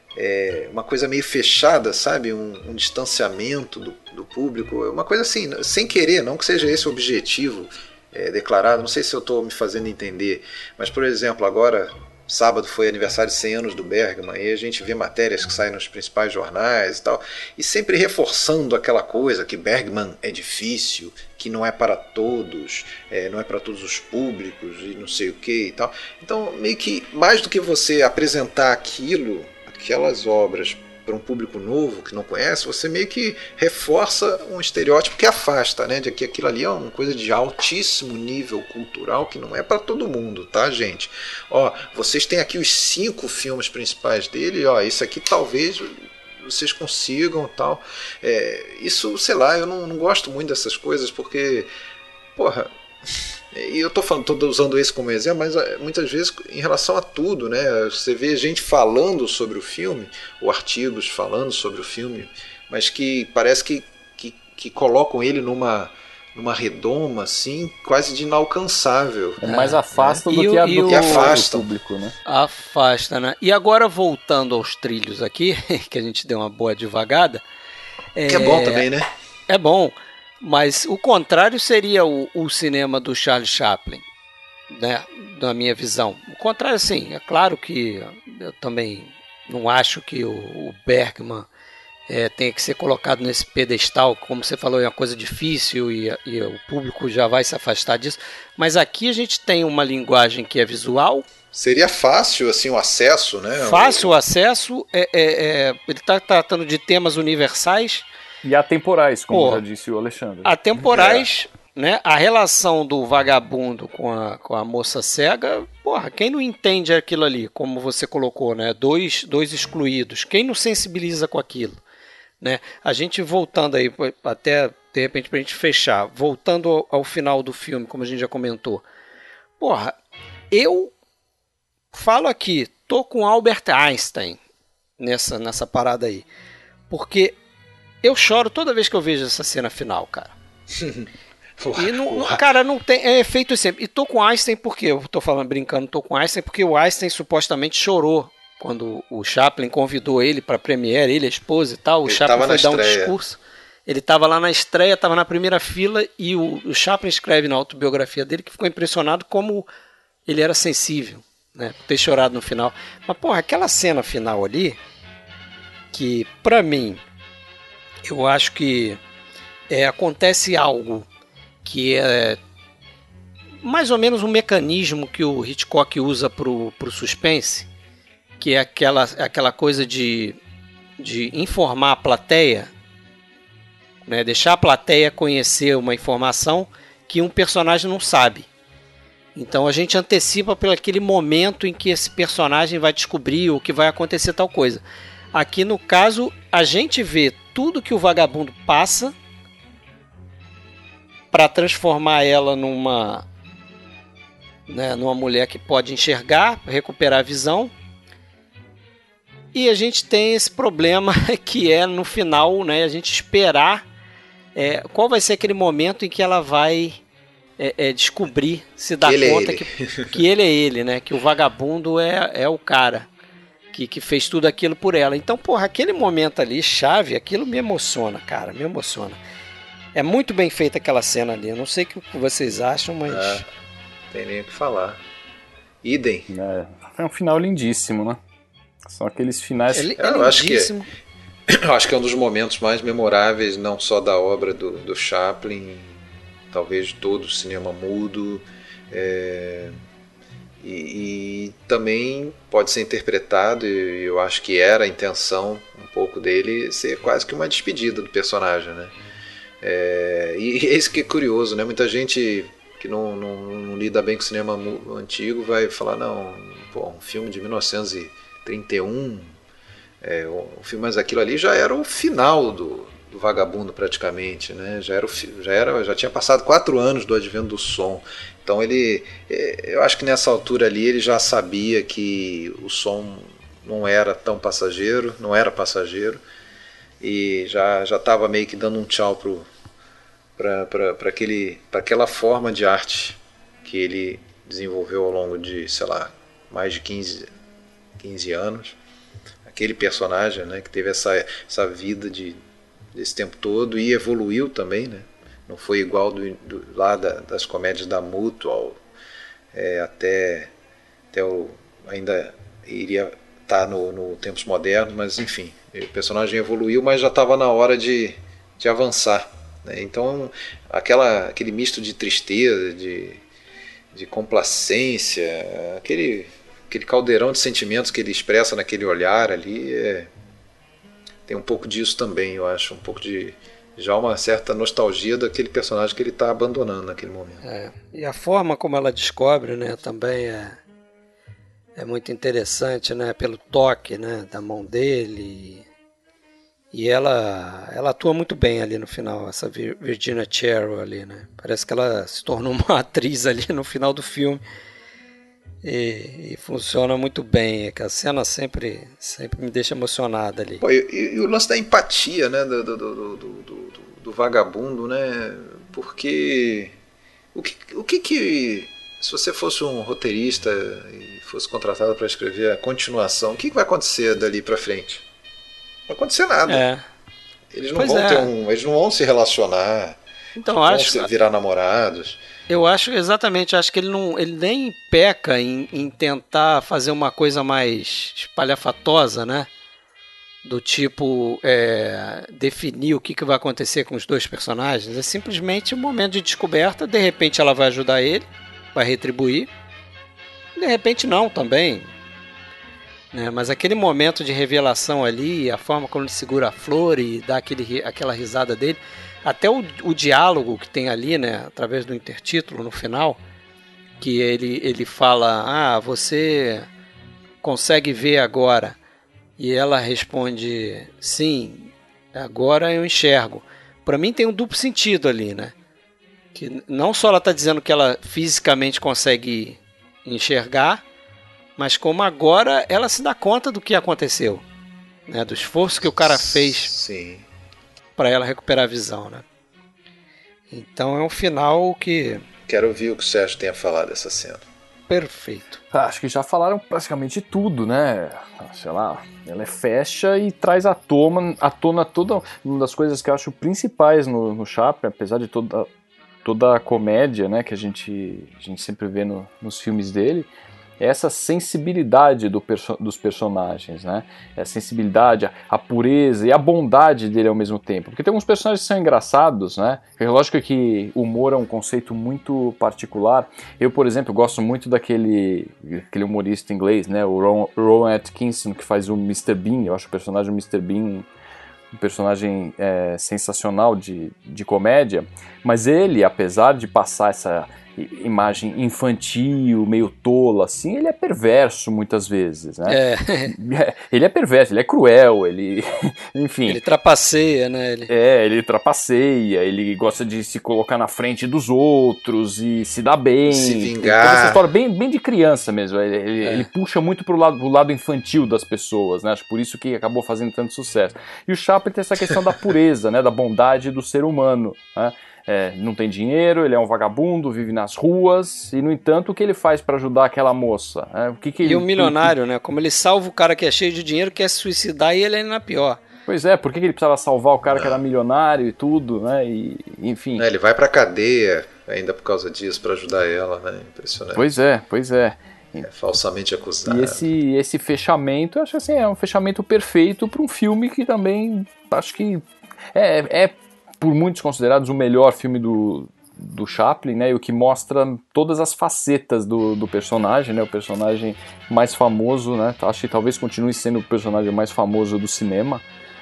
é, uma coisa meio fechada, sabe, um, um distanciamento do, do público, uma coisa assim, sem querer, não que seja esse o objetivo é, declarado. Não sei se eu estou me fazendo entender, mas por exemplo agora sábado foi aniversário de cem anos do Bergman, e a gente vê matérias que saem nos principais jornais e tal, e sempre reforçando aquela coisa que Bergman é difícil, que não é para todos, é, não é para todos os públicos e não sei o que e tal. Então, meio que mais do que você apresentar aquilo, aquelas obras para um público novo que não conhece, você meio que reforça um estereótipo que afasta, né, de que aquilo ali é uma coisa de altíssimo nível cultural que não é para todo mundo, tá, gente? Ó, vocês têm aqui os cinco filmes principais dele, ó, esse aqui talvez vocês consigam, tal. É, isso, sei lá, eu não, não gosto muito dessas coisas porque, porra, e eu tô falando, tô usando esse como exemplo, mas muitas vezes em relação a tudo, né? Você vê gente falando sobre o filme, ou artigos falando sobre o filme, mas que parece que, que, que colocam ele numa, numa redoma, assim, quase de inalcançável. É mais afasta é. do E que, o- a, e do o- que afasta. o público, né? Afasta, né? E agora voltando aos trilhos aqui, que a gente deu uma boa devagada. Que é bom também, né? É bom, mas o contrário seria o, o cinema do Charles Chaplin, né? Na minha visão. O contrário, sim, é claro que eu também não acho que o, o Bergman é, tenha que ser colocado nesse pedestal, como você falou, é uma coisa difícil e, e o público já vai se afastar disso, mas aqui a gente tem uma linguagem que é visual. Seria fácil assim o acesso, né? Fácil o acesso, é, é, é, ele está tratando de temas universais, E atemporais, como Pô, já disse o Alexandre. atemporais, né? A relação do vagabundo com a, com a moça cega, porra, quem não entende aquilo ali, como você colocou, né? Dois, dois excluídos, quem não sensibiliza com aquilo, né? A gente voltando aí, até de repente pra gente fechar, voltando ao, ao final do filme, como a gente já comentou. Porra, eu falo aqui, tô com Albert Einstein nessa, nessa parada aí. Porque eu choro toda vez que eu vejo essa cena final, cara. E não, não, cara, não tem. É feito sempre. E tô com Einstein porque eu tô falando brincando, tô com Einstein porque o Einstein supostamente chorou quando o Chaplin convidou ele pra premiere, ele, a esposa e tal. O ele Chaplin foi dar um estreia. discurso. Ele tava lá na estreia, tava na primeira fila e o, o Chaplin escreve na autobiografia dele que ficou impressionado como ele era sensível, né? Por ter chorado no final. Mas, porra, aquela cena final ali, que pra mim, eu acho que é, acontece algo que é mais ou menos um mecanismo que o Hitchcock usa pro, pro suspense, que é aquela, aquela coisa de, de informar a plateia, né, deixar a plateia conhecer uma informação que um personagem não sabe. Então a gente antecipa por aquele momento em que esse personagem vai descobrir ou que vai acontecer tal coisa. Aqui no caso, a gente vê tudo que o vagabundo passa para transformar ela numa, né, numa mulher que pode enxergar, recuperar a visão. E a gente tem esse problema que é no final, né, a gente esperar é, qual vai ser aquele momento em que ela vai é, é, descobrir, se dar ele conta é que, que ele é ele, né, que o vagabundo é, é o cara que, que fez tudo aquilo por ela. Então, porra, aquele momento ali, chave, aquilo me emociona, cara, me emociona. É muito bem feita aquela cena ali. Eu não sei o que vocês acham, mas... Ah, tem nem o que falar. Idem. É, é um final lindíssimo, né? São aqueles finais... É, é eu acho que eu acho que é um dos momentos mais memoráveis, não só da obra do, do Chaplin, talvez de todo o cinema mudo, é, e, e também pode ser interpretado, e eu acho que era a intenção um pouco dele, ser quase que uma despedida do personagem, né? É, e esse que é curioso, né? Muita gente que não, não, não lida bem com o cinema antigo vai falar, não, pô, um filme de mil novecentos e trinta e um, é, o filme, mas aquilo ali já era o final do, do Vagabundo praticamente, né? Já era, o, já era, já tinha passado quatro anos do advento do som. Então ele, eu acho que nessa altura ali ele já sabia que o som não era tão passageiro, não era passageiro, e já já estava meio que dando um tchau pro para aquele para aquela forma de arte que ele desenvolveu ao longo de, sei lá, mais de quinze, quinze anos. Aquele personagem, né, que teve essa, essa vida de, desse tempo todo e evoluiu também, né? Não foi igual do, do, lá da, das comédias da Mutual, é, até, até o, ainda iria estar no, no Tempos Modernos, mas enfim, o personagem evoluiu, mas já estava na hora de, de avançar, né? Então aquela, aquele misto de tristeza, de, de complacência, aquele... aquele caldeirão de sentimentos que ele expressa naquele olhar ali, é... tem um pouco disso também, eu acho, um pouco de já uma certa nostalgia daquele personagem que ele está abandonando naquele momento. É. E a forma como ela descobre, né, também é, é muito interessante, né, pelo toque, né, da mão dele, e ela, ela atua muito bem ali no final, essa Virginia Cherry ali, né, parece que ela se tornou uma atriz ali no final do filme. E, e funciona muito bem, é que a cena sempre, sempre me deixa emocionada ali. Pô, e, e o lance da empatia, né, do, do, do, do, do, do vagabundo, né, porque o que, o que que, se você fosse um roteirista e fosse contratado para escrever a continuação, o que, que vai acontecer dali para frente? Não vai acontecer nada. É. Eles não Pois vão é. ter um, eles não vão se relacionar, então, não acho, vão se virar namorados. Eu acho, exatamente, acho que ele, não, ele nem peca em, em tentar fazer uma coisa mais espalhafatosa, né? Do tipo, é, definir o que, que vai acontecer com os dois personagens. É simplesmente um momento de descoberta, de repente ela vai ajudar ele, vai retribuir, de repente não também. Né? Mas aquele momento de revelação ali, a forma como ele segura a flor e dá aquele, aquela risada dele, até o, o diálogo que tem ali, né, através do intertítulo no final, que ele, ele fala, ah, você consegue ver agora? E ela responde, sim, agora eu enxergo. Para mim tem um duplo sentido ali, né? Que não só ela está dizendo que ela fisicamente consegue enxergar, mas como agora ela se dá conta do que aconteceu, né? Do esforço que o cara fez para ela recuperar a visão, né? Então é um final que... Quero ouvir o que o Sérgio tem a falar dessa cena. Perfeito. Ah, acho que já falaram praticamente tudo, né? Sei lá, ela fecha e traz à tona, à tona toda uma das coisas que eu acho principais no, no Chaplin, apesar de toda, toda a comédia, né, que a gente, a gente sempre vê no, nos filmes dele, é essa sensibilidade do perso- dos personagens, né? É a sensibilidade, a, a pureza e a bondade dele ao mesmo tempo. Porque tem alguns personagens que são engraçados, né? É lógico que humor é um conceito muito particular. Eu, por exemplo, gosto muito daquele aquele humorista inglês, né? O Ron, Ron Atkinson, que faz o mister Bean. Eu acho o personagem do mister Bean um personagem é, sensacional de, de comédia. Mas ele, apesar de passar essa imagem infantil, meio tola, assim, ele é perverso muitas vezes, né? É. Ele é perverso, ele é cruel, ele... enfim... Ele trapaceia, né? Ele... É, ele trapaceia, ele gosta de se colocar na frente dos outros e se dar bem. Se vingar. Tem essa história bem, bem de criança mesmo, ele, ele, é. ele puxa muito pro lado, pro lado infantil das pessoas, né? Acho que por isso que acabou fazendo tanto sucesso. E o Chaplin tem essa questão da pureza, né? Da bondade do ser humano, né? É, não tem dinheiro, ele é um vagabundo, vive nas ruas, e no entanto o que ele faz para ajudar aquela moça? É, o que que ele, e o milionário, que... né? Como ele salva o cara que é cheio de dinheiro, quer se suicidar e ele é na pior. Pois é, por que, que ele precisava salvar o cara que era milionário e tudo, né? E, enfim. É, ele vai pra cadeia ainda por causa disso, para ajudar ela, né? Impressionante. Pois é, pois é. É falsamente acusado. E esse, esse fechamento, eu acho assim, é um fechamento perfeito para um filme que também acho que é, é por muitos considerados o melhor filme do, do Chaplin, né, e o que mostra todas as facetas do, do personagem, né, o personagem mais famoso, né, acho que talvez continue sendo o personagem mais famoso do cinema.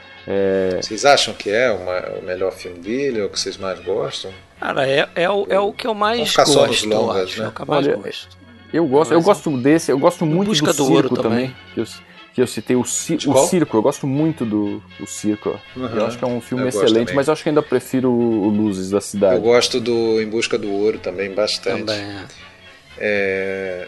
É... Vocês acham que é uma, o melhor filme dele, ou o que vocês mais gostam? Cara, é, é, o, é o que eu mais gosto, só nos longas, né? É o que eu mais Olha, gosto. Eu gosto, eu gosto desse, eu gosto muito Busca do, do Circo Ouro também, também. que eu, que eu citei, o, ci, o Circo, eu gosto muito do o Circo. Uhum. Eu acho que é um filme eu excelente, mas eu acho que ainda prefiro o Luzes da Cidade. Eu gosto do Em Busca do Ouro também, bastante. Também, é. É...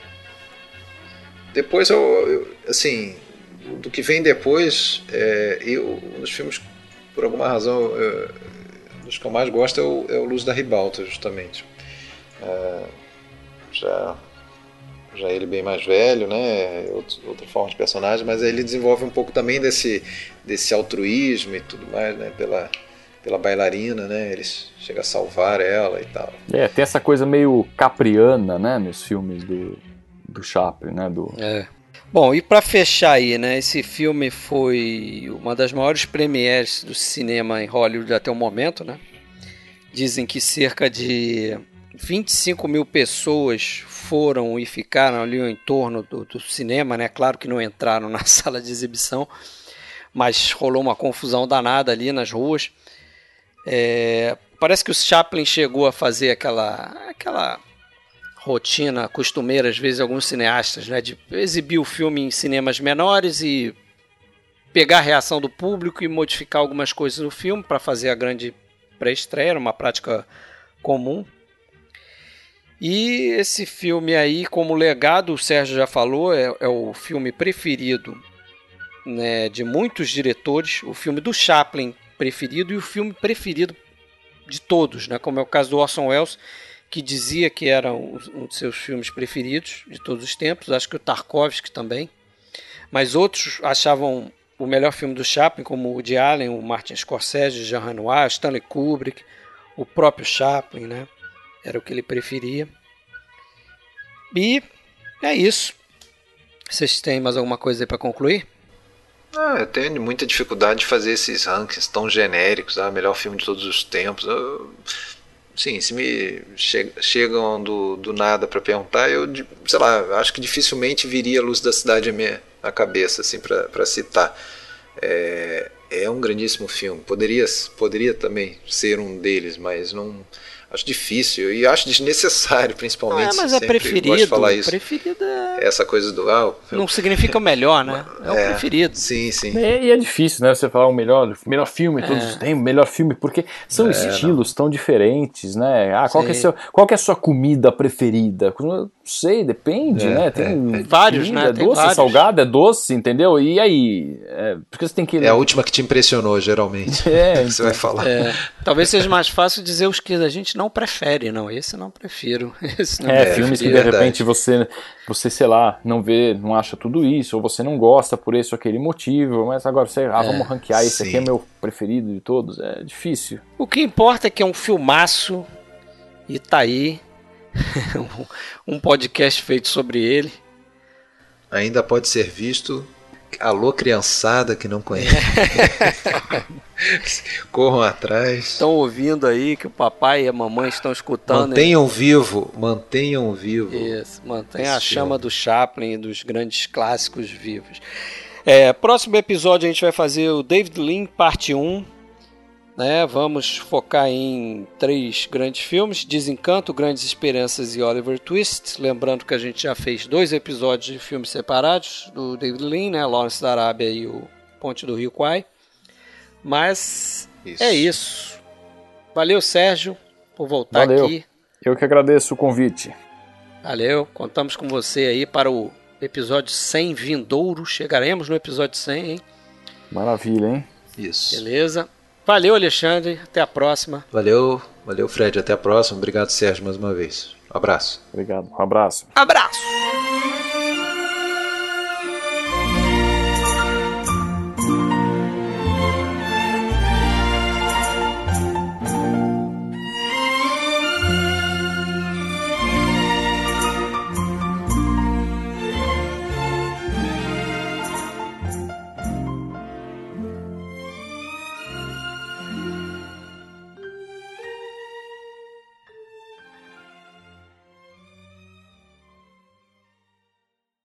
Depois, eu, eu, assim, do que vem depois, é, eu, um dos filmes, por alguma razão, eu, um dos que eu mais gosto é o, é o Luz da Ribalta, justamente. É, já... já ele bem mais velho, né, outra forma de personagem, mas aí ele desenvolve um pouco também desse, desse altruísmo e tudo mais, né, pela, pela bailarina, né, ele chega a salvar ela e tal. É, tem essa coisa meio capriana, né, nos filmes do, do Chaplin, né, do... É. Bom, e para fechar aí, né, esse filme foi uma das maiores premieres do cinema em Hollywood até o momento, né, dizem que cerca de vinte e cinco mil pessoas foram e ficaram ali em torno do, do cinema, né? Claro que não entraram na sala de exibição, mas rolou uma confusão danada ali nas ruas. É, parece que o Chaplin chegou a fazer aquela, aquela rotina costumeira, às vezes, alguns cineastas, né? De exibir o filme em cinemas menores e pegar a reação do público e modificar algumas coisas no filme para fazer a grande pré-estreia, uma prática comum. E esse filme aí, como legado, o Sérgio já falou, é, é o filme preferido, né, de muitos diretores, o filme do Chaplin preferido e o filme preferido de todos, né, como é o caso do Orson Welles, que dizia que era um, um de seus filmes preferidos de todos os tempos, acho que o Tarkovsky também, mas outros achavam o melhor filme do Chaplin, como o Woody Allen, o Martin Scorsese, Jean Renoir, Stanley Kubrick, o próprio Chaplin, né? Era o que ele preferia. E é isso. Vocês têm mais alguma coisa aí para concluir? Ah, eu tenho muita dificuldade de fazer esses rankings tão genéricos, ah, melhor filme de todos os tempos. Eu, sim, se me che- chegam do, do nada para perguntar, eu, sei lá, acho que dificilmente viria a Luz da Cidade à minha à cabeça, assim, para citar. É, é um grandíssimo filme. Poderia, poderia também ser um deles, mas não... Acho difícil e acho desnecessário, principalmente. É, mas é preferido. Gosto de falar isso. Preferido é... Essa coisa do... Ah, eu... Não significa o melhor, né? É, é o preferido. Sim, sim. E é difícil, né? Você falar o melhor, melhor filme de todos os tempos, melhor filme, porque são É, estilos não. tão diferentes, né? Ah, qual que, é seu, qual que é a sua comida preferida? Não sei, depende, É, né? Tem é. Vários, comida, né? É Tem doce, vários. salgado, é doce, entendeu? E aí? É, porque você tem que... É a última que te impressionou, geralmente. É, que você vai falar. É, talvez seja mais fácil dizer os que a gente não prefere, não. Esse não prefiro. Esse não É, prefiro. filmes que de verdade. repente você, você, sei lá, não vê, não acha tudo isso, ou você não gosta por esse ou aquele motivo, mas agora você, ah, vamos ranquear, esse sim. aqui é meu preferido de todos, é difícil. O que importa é que é um filmaço e tá aí um podcast feito sobre ele. Ainda pode ser visto. Alô, criançada que não conhece. Corram atrás. Estão ouvindo aí que o papai e a mamãe estão escutando. Mantenham vivo, mantenham vivo. Isso, mantenha Esse a chama filme. do Chaplin e dos grandes clássicos vivos. É, próximo episódio a gente vai fazer o David Lean, parte um. Né? Vamos focar em três grandes filmes: Desencanto, Grandes Esperanças e Oliver Twist. Lembrando que a gente já fez dois episódios de filmes separados do David Lean, né? Lawrence da Arábia e o Ponte do Rio Kwai. Mas Isso. é isso. Valeu, Sérgio, por voltar Valeu. aqui. Eu que agradeço o convite. Valeu, contamos com você aí para o episódio cem vindouro. Chegaremos no episódio cem, hein? Maravilha, hein? Isso. Beleza? Valeu, Alexandre. Até a próxima. Valeu, valeu, Fred. Até a próxima. Obrigado, Sérgio, mais uma vez. Um abraço. Obrigado. Um abraço. Abraço!